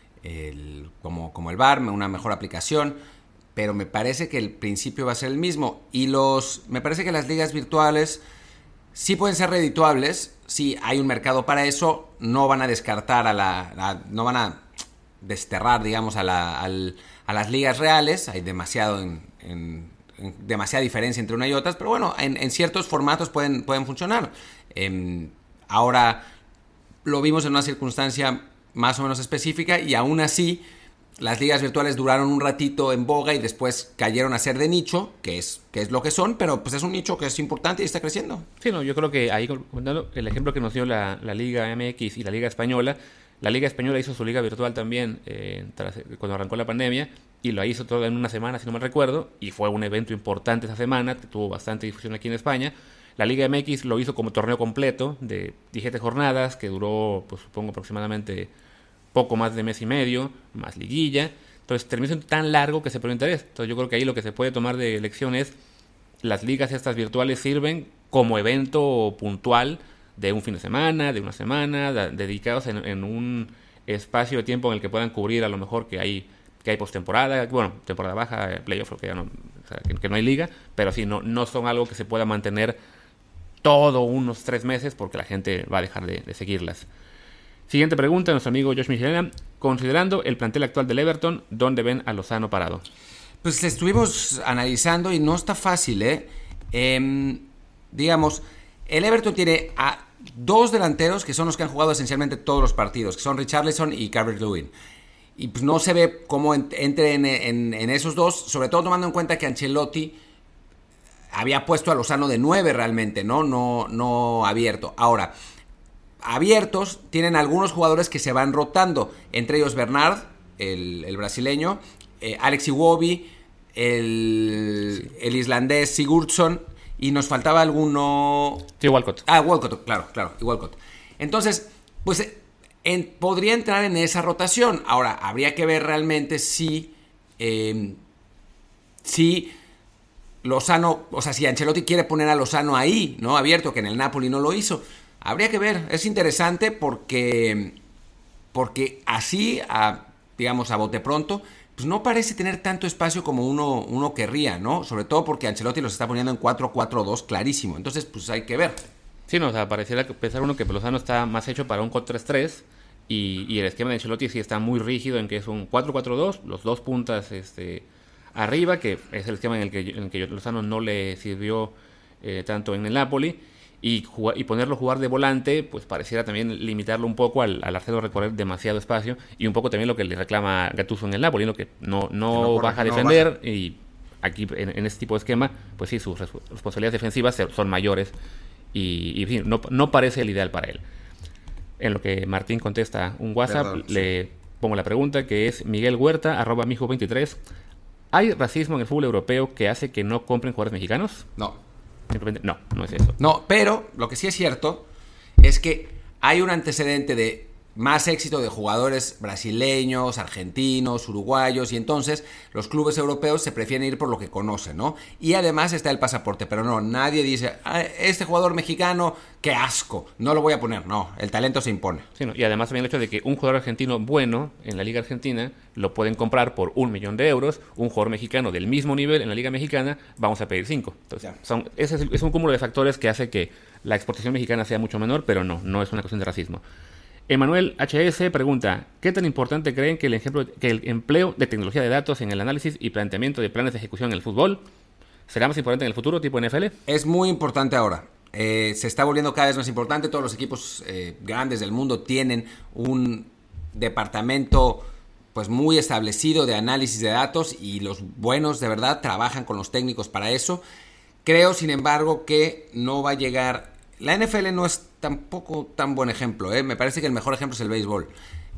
Speaker 1: El, como, como el V A R, una mejor aplicación. Pero me parece que el principio va a ser el mismo. Y los me parece que las ligas virtuales sí pueden ser redituables. Sí, hay un mercado para eso. No van a descartar a la... a, no van a desterrar, digamos, a, la, al, a las ligas reales. Hay demasiado en, en, en, demasiada diferencia entre una y otras. Pero bueno, en, en ciertos formatos pueden, pueden funcionar. Eh, ahora lo vimos en una circunstancia más o menos específica. Y aún así, las ligas virtuales duraron un ratito en boga y después cayeron a ser de nicho, que es, que es lo que son, pero pues es un nicho que es importante y está creciendo.
Speaker 2: Sí, no, yo creo que ahí, el ejemplo que nos dio la, la Liga M X y la Liga Española, la Liga Española hizo su liga virtual también eh, tras, cuando arrancó la pandemia, y lo hizo todo en una semana, si no mal recuerdo, y fue un evento importante esa semana, que tuvo bastante difusión aquí en España. La Liga M X lo hizo como torneo completo de diecisiete jornadas, que duró, pues supongo, aproximadamente poco más de mes y medio, más liguilla. Entonces terminó siendo tan largo que se perdió interés. Entonces yo creo que ahí lo que se puede tomar de lección es, las ligas estas virtuales sirven como evento puntual de un fin de semana, de una semana, de, dedicados en, en un espacio de tiempo en el que puedan cubrir a lo mejor que hay que hay postemporada, bueno, temporada baja, playoff, que ya no, o sea, que, que no hay liga, pero sí, no, no son algo que se pueda mantener todo unos tres meses porque la gente va a dejar de, de seguirlas. Siguiente pregunta, nuestro amigo Josh Michelena. Considerando el plantel actual del Everton, ¿dónde ven a Lozano parado?
Speaker 1: Pues estuvimos analizando y no está fácil, ¿eh? eh digamos, el Everton tiene a dos delanteros que son los que han jugado esencialmente todos los partidos, que son Richarlison y Calvert-Lewin. Y pues no se ve cómo entre en, en, en esos dos, sobre todo tomando en cuenta que Ancelotti había puesto a Lozano de nueve realmente, ¿no? No, no abierto. Ahora, abiertos tienen algunos jugadores que se van rotando, entre ellos Bernard, el, el brasileño, eh, Alex Iwobi, el, sí. el islandés Sigurdsson, y nos faltaba alguno...
Speaker 2: Sí, Walcott.
Speaker 1: Ah, Walcott, claro, claro, y Walcott. Entonces, pues en, podría entrar en esa rotación. Ahora, habría que ver realmente si... Eh, si Lozano, o sea, si Ancelotti quiere poner a Lozano ahí, ¿no? Abierto, que en el Napoli no lo hizo. Habría que ver, es interesante porque, porque así, a, digamos, a bote pronto, pues no parece tener tanto espacio como uno, uno querría, ¿no? Sobre todo porque Ancelotti los está poniendo en cuatro cuatro dos clarísimo. Entonces, pues hay que ver.
Speaker 2: Sí, no, o sea, pareciera pensar uno que Lozano está más hecho para un cuatro tres tres y, y el esquema de Ancelotti sí está muy rígido en que es un cuatro cuatro dos, los dos puntas este, arriba, que es el esquema en el que, en el que Lozano no le sirvió eh, tanto en el Napoli. Y, jugar, y ponerlo a jugar de volante, pues pareciera también limitarlo un poco al, al hacerlo recorrer demasiado espacio y un poco también lo que le reclama Gattuso en el Napoli, ¿no? que no, no, que no corre, baja a defender no baja. Y aquí en, en este tipo de esquema, pues sí, sus responsabilidades defensivas son mayores y, y en fin, no, no parece el ideal para él. En lo que Martín contesta un WhatsApp, Perdón, le sí. pongo la pregunta que es Miguel Huerta, arroba mijo veintitrés. ¿Hay racismo en el fútbol europeo que hace que no compren jugadores mexicanos?
Speaker 1: No.
Speaker 2: No, no es eso.
Speaker 1: No, pero lo que sí es cierto es que hay un antecedente de más éxito de jugadores brasileños, argentinos, uruguayos, y entonces los clubes europeos se prefieren ir por lo que conocen, ¿no? Y además está el pasaporte, pero no, nadie dice, ah, este jugador mexicano, qué asco, no lo voy a poner, no, el talento se impone.
Speaker 2: Sí, no, y además también el hecho de que un jugador argentino bueno en la Liga Argentina lo pueden comprar por un millón de euros, un jugador mexicano del mismo nivel en la Liga Mexicana, vamos a pedir cinco. Entonces, son, ese es, es un cúmulo de factores que hace que la exportación mexicana sea mucho menor, pero no, no es una cuestión de racismo. Emanuel H S pregunta, ¿qué tan importante creen que el, ejemplo, que el empleo de tecnología de datos en el análisis y planteamiento de planes de ejecución en el fútbol será más importante en el futuro, tipo N F L?
Speaker 1: Es muy importante ahora. Eh, se está volviendo cada vez más importante. Todos los equipos eh, grandes del mundo tienen un departamento pues muy establecido de análisis de datos y los buenos de verdad trabajan con los técnicos para eso. Creo, sin embargo, que no va a llegar... La N F L no es tampoco tan buen ejemplo, ¿eh? Me parece que el mejor ejemplo es el béisbol.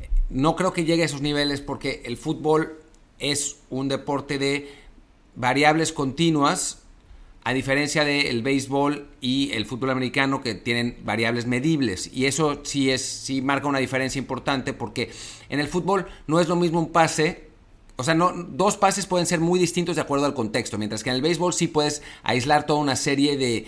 Speaker 1: No creo que llegue a esos niveles porque el fútbol es un deporte de variables continuas, a diferencia del béisbol y el fútbol americano que tienen variables medibles. Y eso sí, es, sí marca una diferencia importante porque en el fútbol no es lo mismo un pase... O sea, no, dos pases pueden ser muy distintos de acuerdo al contexto, mientras que en el béisbol sí puedes aislar toda una serie de...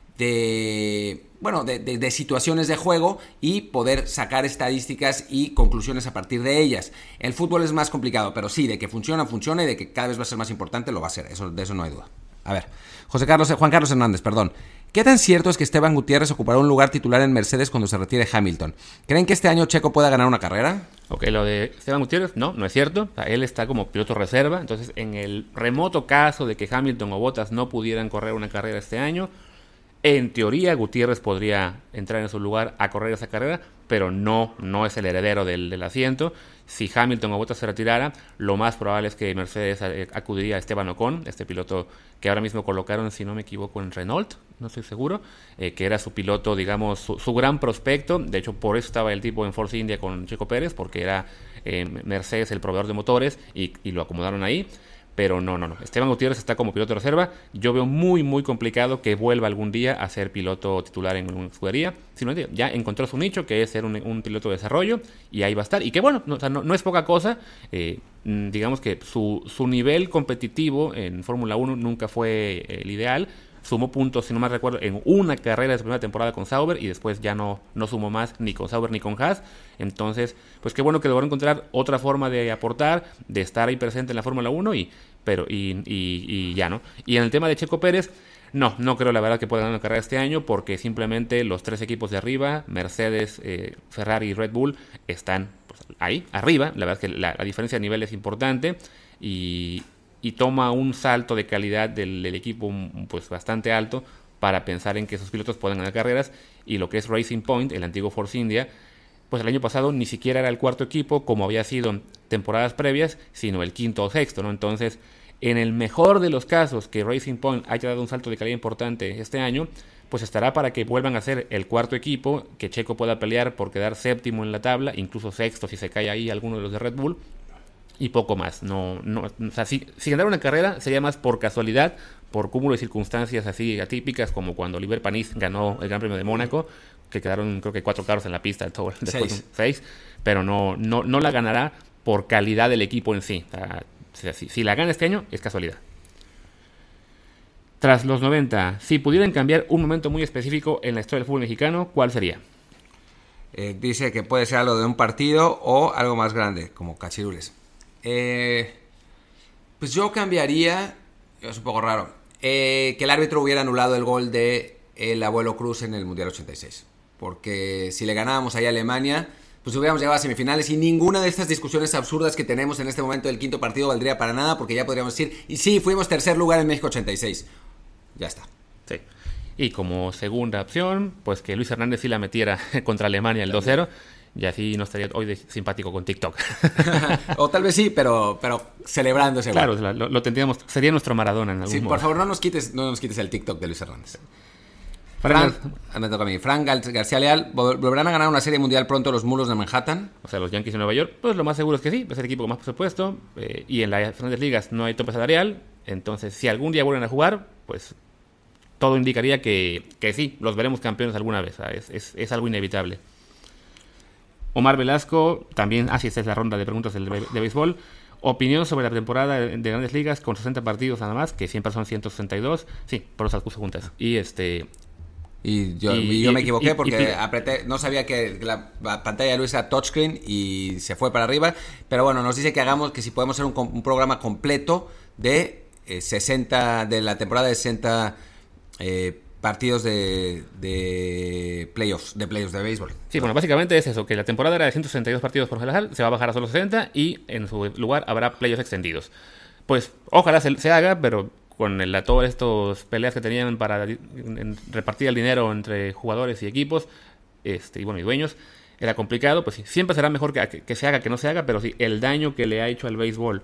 Speaker 1: de bueno, de, de, de situaciones de juego y poder sacar estadísticas y conclusiones a partir de ellas. El fútbol es más complicado, pero sí, de que funciona, funciona y de que cada vez va a ser más importante, lo va a ser. Eso, de eso no hay duda. A ver, José Carlos, Juan Carlos Hernández, perdón. ¿Qué tan cierto es que Esteban Gutiérrez ocupará un lugar titular en Mercedes cuando se retire Hamilton? ¿Creen que este año Checo pueda ganar una carrera?
Speaker 2: Ok, lo de Esteban Gutiérrez, no, no es cierto. O sea, él está como piloto reserva, entonces en el remoto caso de que Hamilton o Bottas no pudieran correr una carrera este año, en teoría, Gutiérrez podría entrar en su lugar a correr esa carrera, pero no, no es el heredero del, del asiento. Si Hamilton o Bottas se retirara, lo más probable es que Mercedes acudiría a Esteban Ocon, este piloto que ahora mismo colocaron, si no me equivoco, en Renault, no estoy seguro, eh, que era su piloto, digamos, su, su gran prospecto. De hecho, por eso estaba el tipo en Force India con Checo Pérez, porque era eh, Mercedes el proveedor de motores y, y lo acomodaron ahí. Pero no, no, no. Esteban Gutiérrez está como piloto de reserva. Yo veo muy, muy complicado que vuelva algún día a ser piloto titular en una escudería. Sino ya encontró su nicho, que es ser un, un piloto de desarrollo, y ahí va a estar. Y que bueno, no, o sea, no, no es poca cosa. Eh, digamos que su, su nivel competitivo en Fórmula uno nunca fue el ideal. Sumó puntos, si no mal recuerdo, en una carrera de su primera temporada con Sauber y después ya no, no sumó más ni con Sauber ni con Haas. Entonces, pues qué bueno que logró encontrar otra forma de aportar, de estar ahí presente en la Fórmula uno y, pero, y, y, y ya, ¿no? Y en el tema de Checo Pérez, no, no creo la verdad que pueda ganar una carrera este año porque simplemente los tres equipos de arriba, Mercedes, eh, Ferrari y Red Bull, están pues, ahí, arriba. La verdad es que la, la diferencia de nivel es importante y... y toma un salto de calidad del, del equipo pues bastante alto para pensar en que esos pilotos puedan ganar carreras. Y lo que es Racing Point, el antiguo Force India, pues el año pasado ni siquiera era el cuarto equipo como había sido en temporadas previas, sino el quinto o sexto, ¿no? Entonces, en el mejor de los casos que Racing Point haya dado un salto de calidad importante este año, pues estará para que vuelvan a ser el cuarto equipo, que Checo pueda pelear por quedar séptimo en la tabla, incluso sexto si se cae ahí alguno de los de Red Bull. Y poco más. No, no, o sea, si, si ganara una carrera sería más por casualidad, por cúmulo de circunstancias así atípicas, como cuando Oliver Panis ganó el Gran Premio de Mónaco, que quedaron creo que cuatro carros en la pista, todo, después seis. seis, pero no, no, no la ganará por calidad del equipo en sí. O sea, si, si la gana este año es casualidad. Tras los noventa, si pudieran cambiar un momento muy específico en la historia del fútbol mexicano, ¿cuál sería?
Speaker 1: Eh, dice que puede ser algo de un partido o algo más grande, como cachirules. Eh, pues yo cambiaría, es un poco raro, eh, que el árbitro hubiera anulado el gol de el Abuelo Cruz en el Mundial ochenta y seis. Porque si le ganábamos ahí a Alemania, pues hubiéramos llegado a semifinales y ninguna de estas discusiones absurdas que tenemos en este momento del quinto partido valdría para nada, porque ya podríamos decir, y sí, fuimos tercer lugar en México ochenta y seis. Ya está.
Speaker 2: Sí. Y como segunda opción, pues que Luis Hernández sí la metiera contra Alemania el dos cero, y así no estaría hoy de simpático con TikTok.
Speaker 1: O tal vez sí, pero, pero celebrando ese
Speaker 2: Claro, gol. Lo, lo tendríamos, sería nuestro Maradona en algún
Speaker 1: sí,
Speaker 2: momento.
Speaker 1: Por favor, no nos quites, no nos quites el TikTok de Luis Hernández. Frank, me toca a mí. Frank García Leal, ¿volverán a ganar una serie mundial pronto los Mulos de Manhattan?
Speaker 2: O sea, los Yankees de Nueva York, pues lo más seguro es que sí, es el equipo con más presupuesto, eh, y en las grandes ligas no hay tope salarial, entonces si algún día vuelven a jugar, pues todo indicaría que, que sí, los veremos campeones alguna vez, es, es, es algo inevitable. Omar Velasco, también, así ah, esta es la ronda de preguntas del, de béisbol. Opinión sobre la temporada de, de grandes ligas con sesenta partidos nada más, que siempre son ciento sesenta y dos, sí, por los puse juntas. Y este...
Speaker 1: Y yo, y, y yo me equivoqué y, porque y, apreté, no sabía que la, la pantalla de Luis era touchscreen y se fue para arriba. Pero bueno, nos dice que hagamos, que si podemos hacer un, un programa completo de eh, sesenta, de la temporada de sesenta eh, partidos de, de playoffs, de playoffs de béisbol.
Speaker 2: Sí, bueno, básicamente es eso, que la temporada era de ciento sesenta y dos partidos por general, se va a bajar a solo sesenta y en su lugar habrá playoffs extendidos. Pues ojalá se, se haga, pero con el, todas estas peleas que tenían para en, repartir el dinero entre jugadores y equipos, este y bueno y dueños, era complicado. Pues sí, siempre será mejor que, que, que se haga que no se haga, pero sí, el daño que le ha hecho al béisbol,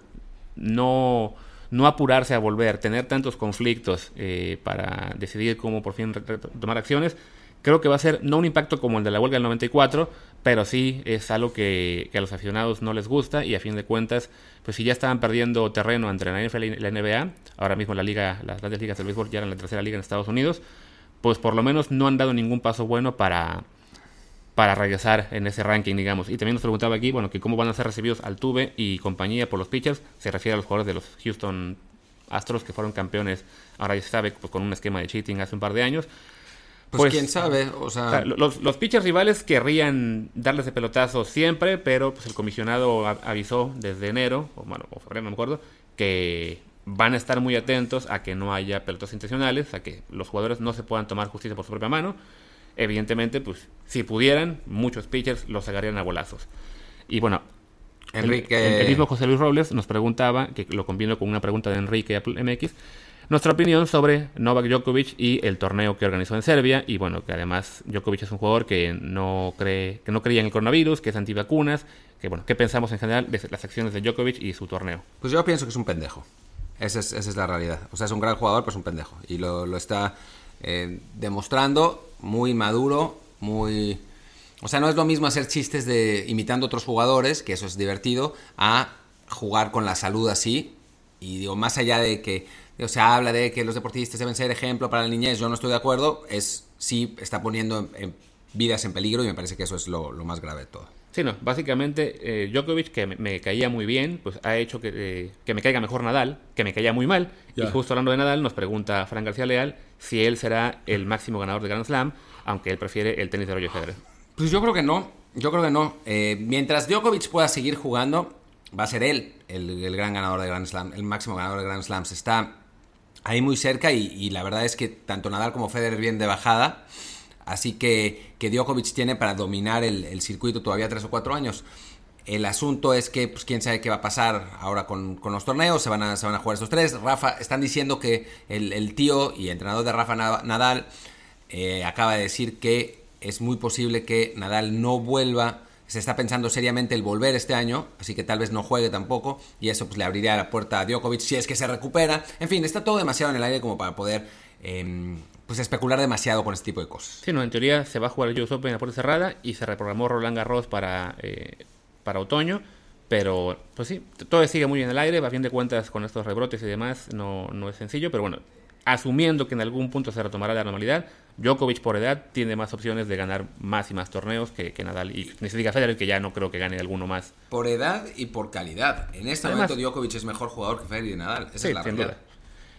Speaker 2: no, no apurarse a volver, tener tantos conflictos eh, para decidir cómo por fin re, re, tomar acciones, creo que va a ser no un impacto como el de la huelga del noventa y cuatro, pero sí es algo que, que a los aficionados no les gusta, y a fin de cuentas, pues si ya estaban perdiendo terreno entre la N F L y la N B A, ahora mismo la liga, las grandes ligas del béisbol ya eran la tercera liga en Estados Unidos, pues por lo menos no han dado ningún paso bueno para, para regresar en ese ranking, digamos. Y también nos preguntaba aquí, bueno, que cómo van a ser recibidos Altuve y compañía por los pitchers, se refiere a los jugadores de los Houston Astros que fueron campeones, ahora ya se sabe, pues con un esquema de cheating hace un par de años.
Speaker 1: Pues, pues quién sabe, o sea...
Speaker 2: o sea los, los pitchers rivales querrían darles de pelotazo siempre, pero pues el comisionado a, avisó desde enero, o bueno, o febrero, no me acuerdo, que van a estar muy atentos a que no haya pelotazos intencionales, a que los jugadores no se puedan tomar justicia por su propia mano. Evidentemente, pues si pudieran, muchos pitchers los sacarían a bolazos. Y bueno,
Speaker 1: Enrique...
Speaker 2: el, el mismo José Luis Robles nos preguntaba, que lo combino con una pregunta de Enrique M X, nuestra opinión sobre Novak Djokovic y el torneo que organizó en Serbia, y bueno, que además Djokovic es un jugador que no cree, que no creía en el coronavirus, que es antivacunas, que bueno, ¿qué pensamos en general de las acciones de Djokovic y su torneo?
Speaker 1: Pues yo pienso que es un pendejo, esa es, esa es la realidad, o sea, es un gran jugador, pero es un pendejo, y lo, lo está eh, demostrando, muy maduro, muy... O sea, no es lo mismo hacer chistes de imitando a otros jugadores, que eso es divertido, a jugar con la salud así, y digo, más allá de que... O sea, habla de que los deportistas deben ser ejemplo para la niñez. Yo no estoy de acuerdo. Es sí está poniendo en, en vidas en peligro, y me parece que eso es lo, lo más grave de todo.
Speaker 2: Sí, no. Básicamente, eh, Djokovic, que me, me caía muy bien, pues ha hecho que, eh, que me caiga mejor Nadal, que me caía muy mal. Yeah. Y justo hablando de Nadal, nos pregunta Frank García Leal si él será el máximo ganador de Grand Slam, aunque él prefiere el tenis de Roger Federer.
Speaker 1: Pues yo creo que no. Yo creo que no. Eh, mientras Djokovic pueda seguir jugando, va a ser él el, el gran ganador de Grand Slam, el máximo ganador de Grand Slams. Está ahí muy cerca, y, y la verdad es que tanto Nadal como Federer vienen de bajada, así que, que Djokovic tiene para dominar el, el circuito todavía tres o cuatro años. El asunto es que, pues quién sabe qué va a pasar ahora con, con los torneos, se van, a, se van a jugar estos tres. Rafa, están diciendo que el, el tío y entrenador de Rafa Nadal eh, acaba de decir que es muy posible que Nadal no vuelva. Se está pensando seriamente el volver este año, así que tal vez no juegue tampoco, y eso pues le abriría la puerta a Djokovic si es que se recupera. En fin, está todo demasiado en el aire como para poder eh, pues especular demasiado con este tipo de cosas.
Speaker 2: Sí, no, en teoría se va a jugar el U S Open en la puerta cerrada y se reprogramó Roland Garros para, eh, para otoño, pero pues sí, todo sigue muy en el aire. A fin de cuentas, con estos rebrotes y demás no, no es sencillo, pero bueno, asumiendo que en algún punto se retomará la normalidad, Djokovic por edad tiene más opciones de ganar más y más torneos que, que Nadal, y ni se diga Federer, que ya no creo que gane alguno más.
Speaker 1: Por edad y por calidad. En este Además, momento Djokovic es mejor jugador que Federer y Nadal. Esa
Speaker 2: sí,
Speaker 1: es la
Speaker 2: sin
Speaker 1: realidad.
Speaker 2: duda.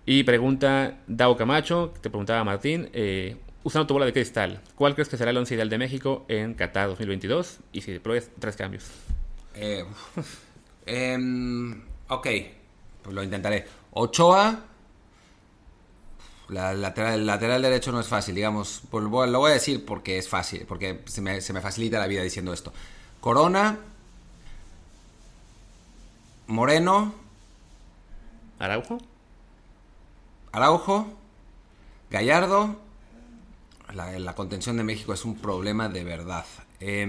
Speaker 2: Y pregunta Dao Camacho, te preguntaba Martín, eh, usando tu bola de cristal, ¿cuál crees que será el once ideal de México en Qatar dos mil veintidós? Y si deployes tres cambios.
Speaker 1: Eh, eh, ok, pues lo intentaré. Ochoa, la lateral, el lateral derecho no es fácil, digamos. Pues lo voy a decir porque es fácil, porque se me, se me facilita la vida diciendo esto. Corona, Moreno,
Speaker 2: Araujo.
Speaker 1: Araujo, Gallardo. La, la contención de México es un problema de verdad. Eh,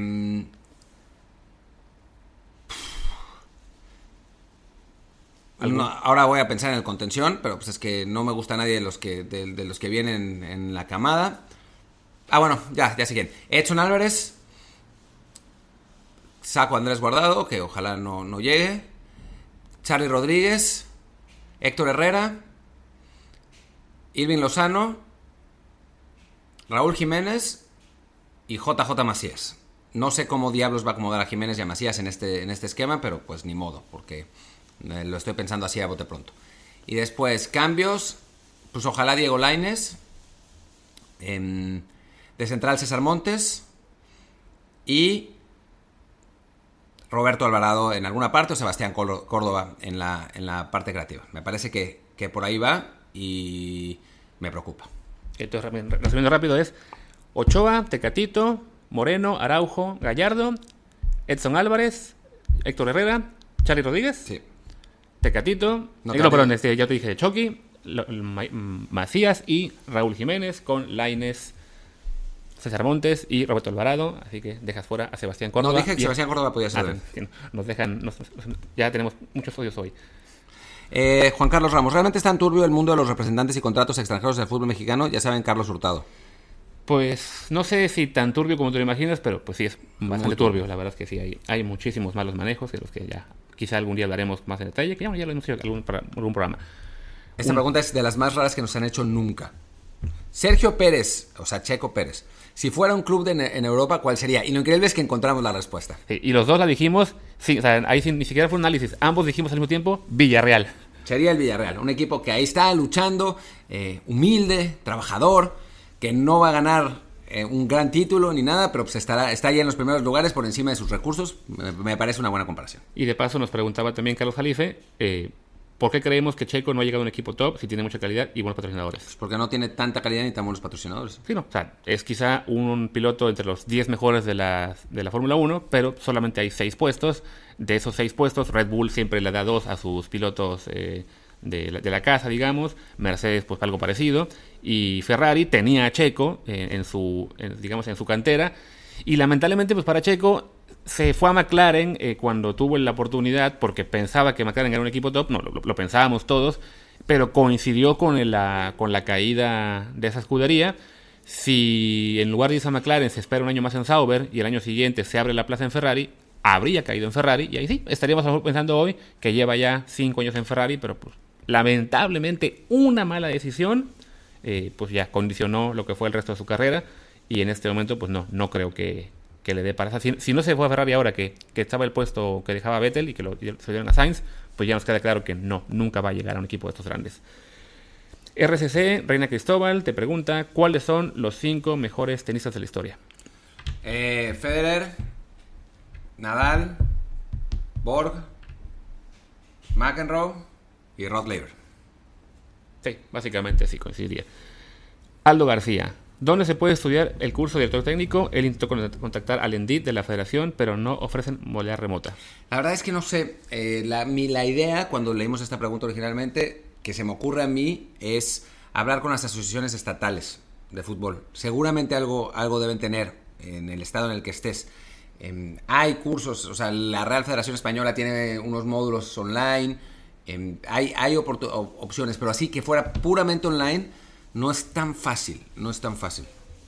Speaker 1: no, ahora voy a pensar en el contención, pero pues es que no me gusta nadie de los que, de, de los que vienen en la camada. Ah, bueno, ya, ya sé quién. Edson Álvarez. Saco a Andrés Guardado, que ojalá no, no llegue. Charly Rodríguez. Héctor Herrera. Irving Lozano, Raúl Jiménez y J J Macías. No sé cómo diablos va a acomodar a Jiménez y a Macías en este, en este esquema, pero pues ni modo, porque eh, lo estoy pensando así a bote pronto. Y después, cambios, pues ojalá Diego Lainez, eh, de central César Montes y Roberto Alvarado en alguna parte o Sebastián Córdoba en la, en la parte creativa. Me parece que, que por ahí va. Y me preocupa.
Speaker 2: Entonces, resumiendo rápido, es Ochoa, Tecatito, Moreno, Araujo, Gallardo, Edson Álvarez, Héctor Herrera, Charly Rodríguez,
Speaker 1: sí.
Speaker 2: Tecatito, no, no perdón, este, ya te dije Chucky, Macías y Raúl Jiménez con Lainez, César Montes y Roberto Alvarado. Así que dejas fuera a Sebastián Córdoba.
Speaker 1: No, dije que Sebastián Córdoba podía ser.
Speaker 2: Ah, nos dejan, nos, ya tenemos muchos odios hoy.
Speaker 1: Eh, Juan Carlos Ramos, ¿realmente es tan turbio el mundo de los representantes y contratos extranjeros del fútbol mexicano? Ya saben, Carlos Hurtado.
Speaker 2: Pues no sé si tan turbio como tú lo imaginas, pero pues sí es bastante turbio. La verdad es que sí, hay, hay muchísimos malos manejos de los que ya quizá algún día hablaremos más en detalle, que ya, ya lo hemos hecho en algún, algún programa.
Speaker 1: Esta
Speaker 2: Un...
Speaker 1: pregunta es de las más raras que nos han hecho nunca. Sergio Pérez, o sea, Checo Pérez, si fuera un club de, en Europa, ¿cuál sería? Y lo increíble es que encontramos la respuesta.
Speaker 2: Sí, y los dos la dijimos, sí, o sea, ahí sin, ni siquiera fue un análisis, ambos dijimos al mismo tiempo, Villarreal.
Speaker 1: Sería el Villarreal, un equipo que ahí está luchando, eh, humilde, trabajador, que no va a ganar eh, un gran título ni nada, pero pues estará, está ahí en los primeros lugares por encima de sus recursos. Me, me parece una buena comparación.
Speaker 2: Y de paso nos preguntaba también Carlos Jalife, eh, ¿por qué creemos que Checo no ha llegado a un equipo top si tiene mucha calidad y buenos patrocinadores?
Speaker 1: Pues porque no tiene tanta calidad ni tan buenos patrocinadores.
Speaker 2: Sí, no, o sea, es quizá un piloto entre los diez mejores de la, de la Fórmula uno, pero solamente hay seis puestos. De esos seis puestos, Red Bull siempre le da dos a sus pilotos eh, de, la, de la casa, digamos. Mercedes, pues algo parecido. Y Ferrari tenía a Checo eh, en su, en, digamos, en su cantera. Y lamentablemente, pues para Checo se fue a McLaren eh, cuando tuvo la oportunidad, porque pensaba que McLaren era un equipo top. No, lo, lo pensábamos todos, pero coincidió con, el, la, con la caída de esa escudería. Si en lugar de irse a McLaren se espera un año más en Sauber y el año siguiente se abre la plaza en Ferrari, habría caído en Ferrari, y ahí sí, estaríamos a lo mejor pensando hoy que lleva ya cinco años en Ferrari, pero pues lamentablemente una mala decisión eh, pues ya condicionó lo que fue el resto de su carrera, y en este momento pues no, no creo que, que le dé para eso. Si, si no se fue a Ferrari ahora que, que estaba el puesto que dejaba Vettel y que lo, se dieron a Sainz, pues ya nos queda claro que no, nunca va a llegar a un equipo de estos grandes. R C C, Reina Cristóbal, te pregunta, ¿cuáles son los cinco mejores tenistas de la historia?
Speaker 1: Eh, Federer, Nadal, Borg, McEnroe y Rod Laver.
Speaker 2: Sí, básicamente sí coincidiría. Aldo García, ¿dónde se puede estudiar el curso de director técnico? Él intentó contactar al ENDIT de la federación, pero no ofrecen modalidad remota.
Speaker 1: La verdad es que no sé. Eh, la, mi, la idea, cuando leímos esta pregunta originalmente, que se me ocurre a mí, es hablar con las asociaciones estatales de fútbol. Seguramente algo, algo deben tener en el estado en el que estés. Eh, hay cursos, o sea, la Real Federación Española tiene unos módulos online, eh, hay, hay oportun- opciones, pero así que fuera puramente online no es tan fácil, no es tan fácil.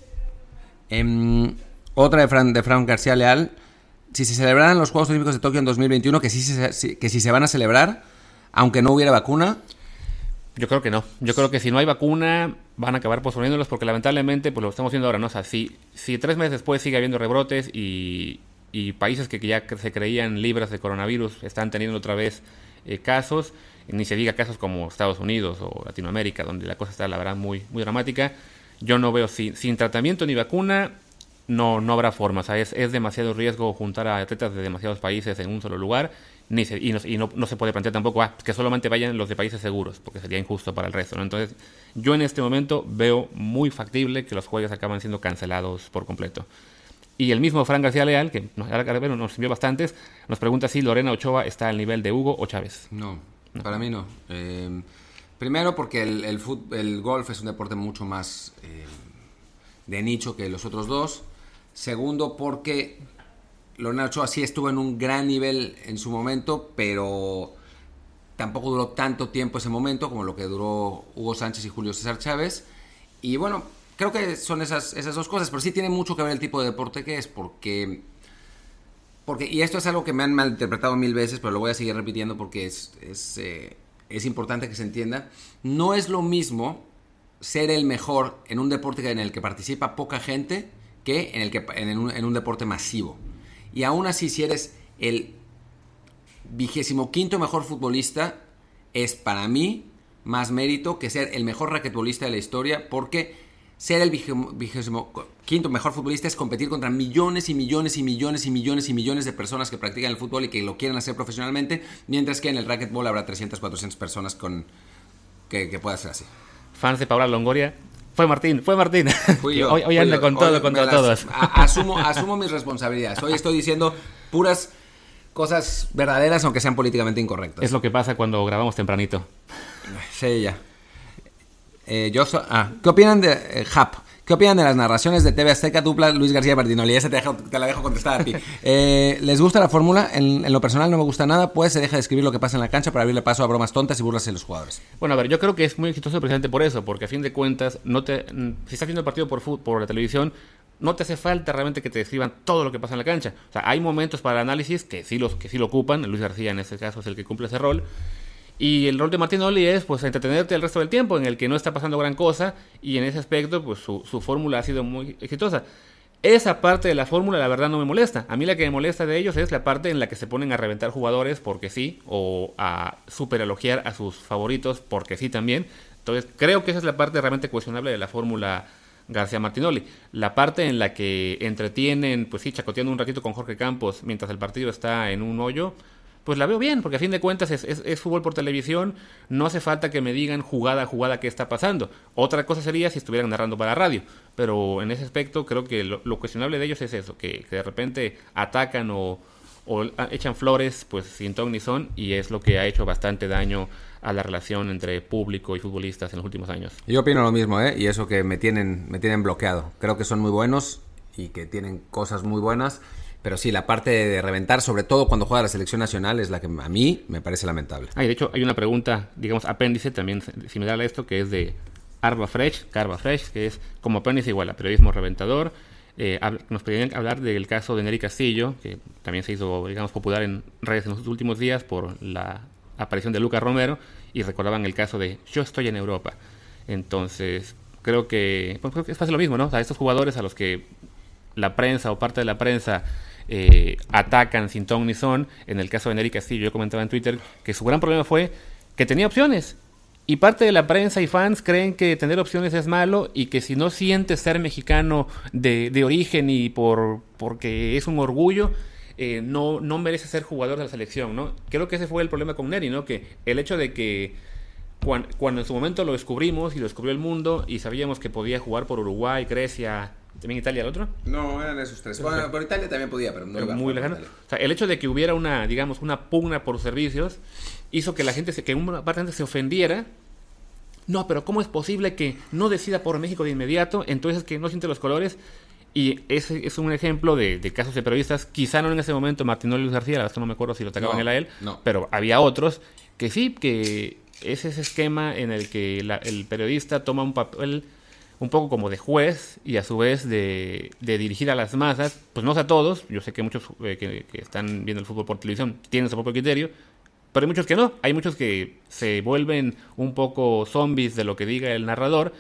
Speaker 1: Eh, otra de Fran, de Fran García Leal, si se celebraran los Juegos Olímpicos de Tokio en dos mil veintiuno, que sí se, que si se van a celebrar, aunque no hubiera vacuna.
Speaker 2: Yo creo que no. Yo creo que si no hay vacuna, van a acabar posponiéndolos, porque lamentablemente, pues lo estamos viendo ahora, ¿no? O sea, si, si tres meses después sigue habiendo rebrotes y, y países que ya se creían libres de coronavirus están teniendo otra vez eh, casos, ni se diga casos como Estados Unidos o Latinoamérica, donde la cosa está, la verdad, muy, muy dramática. Yo no veo, sin, sin tratamiento ni vacuna, no, no habrá forma. O sea, es, es demasiado riesgo juntar a atletas de demasiados países en un solo lugar, ni se, y, no, y no, no se puede plantear tampoco ah, que solamente vayan los de países seguros, porque sería injusto para el resto, ¿no? Entonces, yo en este momento veo muy factible que los juegos acaban siendo cancelados por completo. Y el mismo Fran García Leal, que nos, nos envió bastantes, nos pregunta si Lorena Ochoa está al nivel de Hugo o Chávez.
Speaker 1: No, no. Para mí no. Eh, primero porque el, el, fut, el golf es un deporte mucho más eh, de nicho que los otros dos. Segundo porque Lorena Ochoa sí estuvo en un gran nivel en su momento, pero tampoco duró tanto tiempo ese momento como lo que duró Hugo Sánchez y Julio César Chávez. Y bueno, creo que son esas, esas dos cosas, pero sí tiene mucho que ver el tipo de deporte que es, porque, porque y esto es algo que me han malinterpretado mil veces, pero lo voy a seguir repitiendo porque es, es, eh, es importante que se entienda. No es lo mismo ser el mejor en un deporte en el que participa poca gente que en, el que, en, un, en un deporte masivo. Y aún así, si eres el vigésimo quinto mejor futbolista, es para mí más mérito que ser el mejor raquetbolista de la historia, porque ser el vigésimo quinto mejor futbolista es competir contra millones y millones y millones y millones y millones de personas que practican el fútbol y que lo quieren hacer profesionalmente, mientras que en el racquetball habrá trescientas, cuatrocientas personas con que, que pueda ser así.
Speaker 2: Fans de Paula Longoria. Fue Martín, fue Martín.
Speaker 1: Fui yo,
Speaker 2: hoy hoy anda
Speaker 1: yo.
Speaker 2: con todo,
Speaker 1: hoy
Speaker 2: contra
Speaker 1: las,
Speaker 2: todos.
Speaker 1: A, asumo, asumo mis responsabilidades. Hoy estoy diciendo puras cosas verdaderas, aunque sean políticamente incorrectas.
Speaker 2: Es lo que pasa cuando grabamos tempranito.
Speaker 1: Sí, ya. Eh, yo so, ah, ¿Qué opinan de eh, Hap? ¿Qué opinan de las narraciones de T V Azteca dupla Luis García Martinoli? Esa te, dejo, te la dejo contestar a ti. Eh, ¿Les gusta la fórmula? En, en lo personal no me gusta nada, pues se deja de escribir lo que pasa en la cancha para abrirle paso a bromas tontas y burlas de los jugadores.
Speaker 2: Bueno, a ver, yo creo que es muy exitoso precisamente por eso, porque a fin de cuentas, no te, si estás viendo el partido por, fútbol, por la televisión, no te hace falta realmente que te describan todo lo que pasa en la cancha. O sea, hay momentos para el análisis que sí, los, que sí lo ocupan. Luis García en este caso es el que cumple ese rol. Y el rol de Martinoli es pues entretenerte el resto del tiempo, en el que no está pasando gran cosa, y en ese aspecto pues su, su fórmula ha sido muy exitosa. Esa parte de la fórmula la verdad no me molesta. A mí la que me molesta de ellos es la parte en la que se ponen a reventar jugadores porque sí, o a superelogiar a sus favoritos porque sí también. Entonces creo que esa es la parte realmente cuestionable de la fórmula García Martinoli. La parte en la que entretienen, pues sí, chacoteando un ratito con Jorge Campos mientras el partido está en un hoyo, pues la veo bien, porque a fin de cuentas es, es, es fútbol por televisión, no hace falta que me digan jugada a jugada qué está pasando. Otra cosa sería si estuvieran narrando para radio, pero en ese aspecto creo que lo, lo cuestionable de ellos es eso, que, que de repente atacan o, o echan flores pues sin ton ni son, y es lo que ha hecho bastante daño a la relación entre público y futbolistas en los últimos años.
Speaker 1: Yo opino lo mismo, ¿eh? Y eso que me tienen, me tienen bloqueado. Creo que son muy buenos y que tienen cosas muy buenas. Pero sí, la parte de reventar, sobre todo cuando juega la selección nacional, es la que a mí me parece lamentable.
Speaker 2: Ah, y de hecho hay una pregunta, digamos, apéndice también similar a esto, que es de Arba Fresh, Carva Fresh, que es como apéndice igual a periodismo reventador. Eh, nos pedían hablar del caso de Neri Castillo, que también se hizo, digamos, popular en redes en los últimos días por la aparición de Lucas Romero, y recordaban el caso de Yo estoy en Europa. Entonces, creo que pues, es fácil lo mismo, ¿no? O sea, estos jugadores a los que la prensa o parte de la prensa Eh, atacan sin ton ni son. En el caso de Neri Castillo, yo comentaba en Twitter que su gran problema fue que tenía opciones, y parte de la prensa y fans creen que tener opciones es malo, y que si no sientes ser mexicano de, de origen y por porque es un orgullo, eh, no, no mereces ser jugador de la selección, ¿no? Creo que ese fue el problema con Neri, ¿no? Que el hecho de que cuando, cuando en su momento lo descubrimos y lo descubrió el mundo y sabíamos que podía jugar por Uruguay, Grecia, ¿también Italia el otro?
Speaker 1: No, eran esos tres. Bueno, por Italia también podía, pero no
Speaker 2: pero
Speaker 1: iba
Speaker 2: muy lejano. O sea, el hecho de que hubiera una, digamos, una pugna por servicios hizo que la gente, se, que una parte de la gente se ofendiera. No, pero ¿cómo es posible que no decida por México de inmediato? Entonces que no siente los colores. Y ese es un ejemplo de, de casos de periodistas. Quizá no en ese momento Martinoli Luis García, la verdad no me acuerdo si lo atacaban
Speaker 1: no,
Speaker 2: él a él,
Speaker 1: no.
Speaker 2: Pero había otros que sí, que es ese esquema en el que la, el periodista toma un papel un poco como de juez y a su vez de, de dirigir a las masas, pues no sé a todos, yo sé que muchos eh, que, que están viendo el fútbol por televisión tienen su propio criterio, pero hay muchos que no, hay muchos que se vuelven un poco zombies de lo que diga el narrador,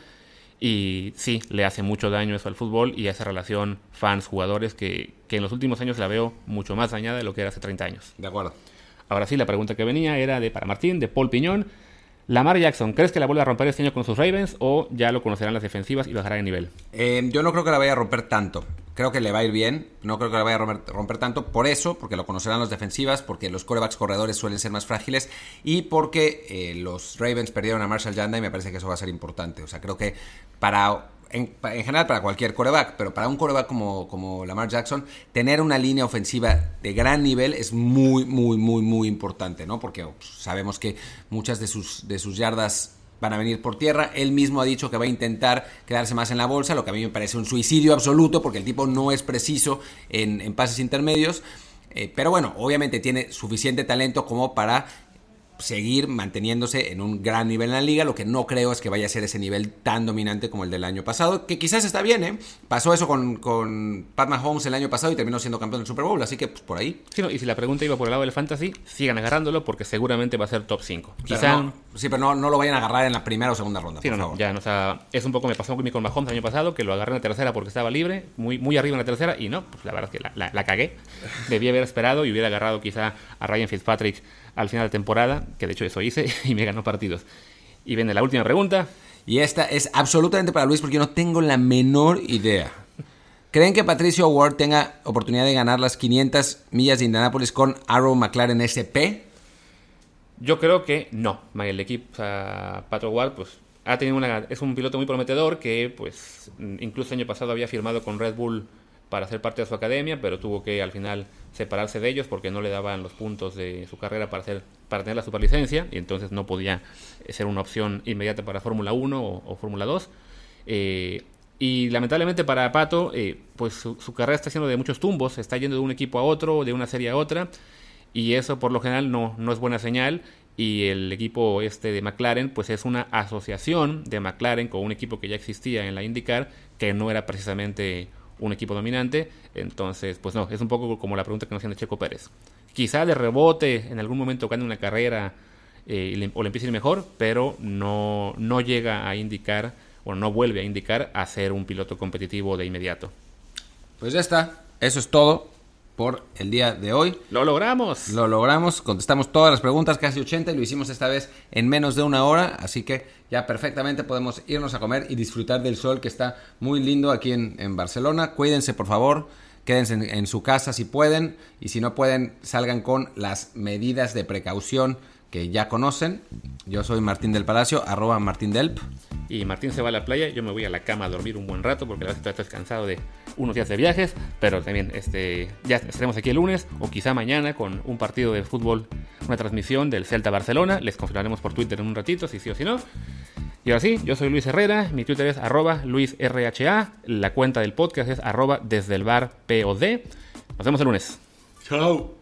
Speaker 2: y sí, le hace mucho daño eso al fútbol y a esa relación fans-jugadores que, que en los últimos años la veo mucho más dañada de lo que era hace treinta años.
Speaker 1: De acuerdo.
Speaker 2: ahora sí, la pregunta que venía era de para Martín, de Paul Piñón. Lamar Jackson, ¿crees que la vuelve a romper este año con sus Ravens o ya lo conocerán las defensivas y bajará de nivel?
Speaker 1: Eh, yo no creo que la vaya a romper tanto. Creo que le va a ir bien. No creo que la vaya a romper, romper tanto. Por eso, porque lo conocerán las defensivas, porque los quarterbacks corredores suelen ser más frágiles y porque eh, los Ravens perdieron a Marshall Yanda y me parece que eso va a ser importante. O sea, creo que para... En, en general para cualquier quarterback, pero para un quarterback como, como Lamar Jackson, tener una línea ofensiva de gran nivel es muy, muy, muy, muy importante, ¿no? Porque pues, sabemos que muchas de sus, de sus yardas van a venir por tierra. Él mismo ha dicho que va a intentar quedarse más en la bolsa, lo que a mí me parece un suicidio absoluto, porque el tipo no es preciso en, en pases intermedios. Eh, pero bueno, obviamente tiene suficiente talento como para seguir manteniéndose en un gran nivel en la liga. Lo que no creo es que vaya a ser ese nivel tan dominante como el del año pasado, que quizás está bien, ¿eh? Pasó eso con, con Pat Mahomes el año pasado y terminó siendo campeón del Super Bowl, así que pues, por ahí.
Speaker 2: Sí, no, y si la pregunta iba por el lado del fantasy, sigan agarrándolo porque seguramente va a ser top cinco. Quizá...
Speaker 1: No, sí, pero no, no lo vayan a agarrar en la primera o segunda ronda,
Speaker 2: sí,
Speaker 1: por
Speaker 2: no,
Speaker 1: favor.
Speaker 2: No, ya, no, o sea, es un poco, me pasó con Mahomes el año pasado, que lo agarré en la tercera porque estaba libre, muy, muy arriba en la tercera, y no, pues la verdad es que la, la, la cagué. Debí haber esperado y hubiera agarrado quizá a Ryan Fitzpatrick al final de temporada, que de hecho eso hice, y me ganó partidos. Y viene la última pregunta.
Speaker 1: Y esta es absolutamente para Luis porque yo no tengo la menor idea. ¿Creen que Patricio Ward tenga oportunidad de ganar las quinientas millas de Indianápolis con Arrow McLaren S P?
Speaker 2: Yo creo que no. El equipo, o sea, Pato Ward, pues ha tenido una, es un piloto muy prometedor que, pues, incluso el año pasado había firmado con Red Bull para ser parte de su academia, pero tuvo que al final separarse de ellos porque no le daban los puntos de su carrera para hacer, para tener la superlicencia, y entonces no podía ser una opción inmediata para Fórmula uno o, o Fórmula dos. Eh, y lamentablemente para Pato, eh, pues su, su carrera está siendo de muchos tumbos, está yendo de un equipo a otro, de una serie a otra, y eso por lo general no, no es buena señal. Y el equipo este de McLaren pues es una asociación de McLaren con un equipo que ya existía en la IndyCar, que no era precisamente un equipo dominante. Entonces pues no, es un poco como la pregunta que nos hacían de Checo Pérez. Quizá de rebote en algún momento gane una carrera eh, le, o le empiece a ir mejor, pero no, no llega a indicar o no vuelve a indicar a ser un piloto competitivo de inmediato.
Speaker 1: Pues ya está, eso es todo por el día de hoy.
Speaker 2: ¡Lo logramos!
Speaker 1: Lo logramos, contestamos todas las preguntas, casi ochenta, y lo hicimos esta vez en menos de una hora, así que ya perfectamente podemos irnos a comer y disfrutar del sol que está muy lindo aquí en, en Barcelona. Cuídense, por favor, quédense en, en su casa si pueden, y si no pueden, salgan con las medidas de precaución que ya conocen. Yo soy Martín del Palacio, arroba Martín Delp.
Speaker 2: Y Martín se va a la playa, yo me voy a la cama a dormir un buen rato porque la verdad estoy descansado de unos días de viajes, pero también este, ya estaremos aquí el lunes o quizá mañana con un partido de fútbol, una transmisión del Celta Barcelona. Les confirmaremos por Twitter en un ratito si sí o si no. Y ahora sí, yo soy Luis Herrera, mi Twitter es arroba luisrha, la cuenta del podcast es arroba desde el bar pod. Nos vemos el lunes.
Speaker 1: Chao.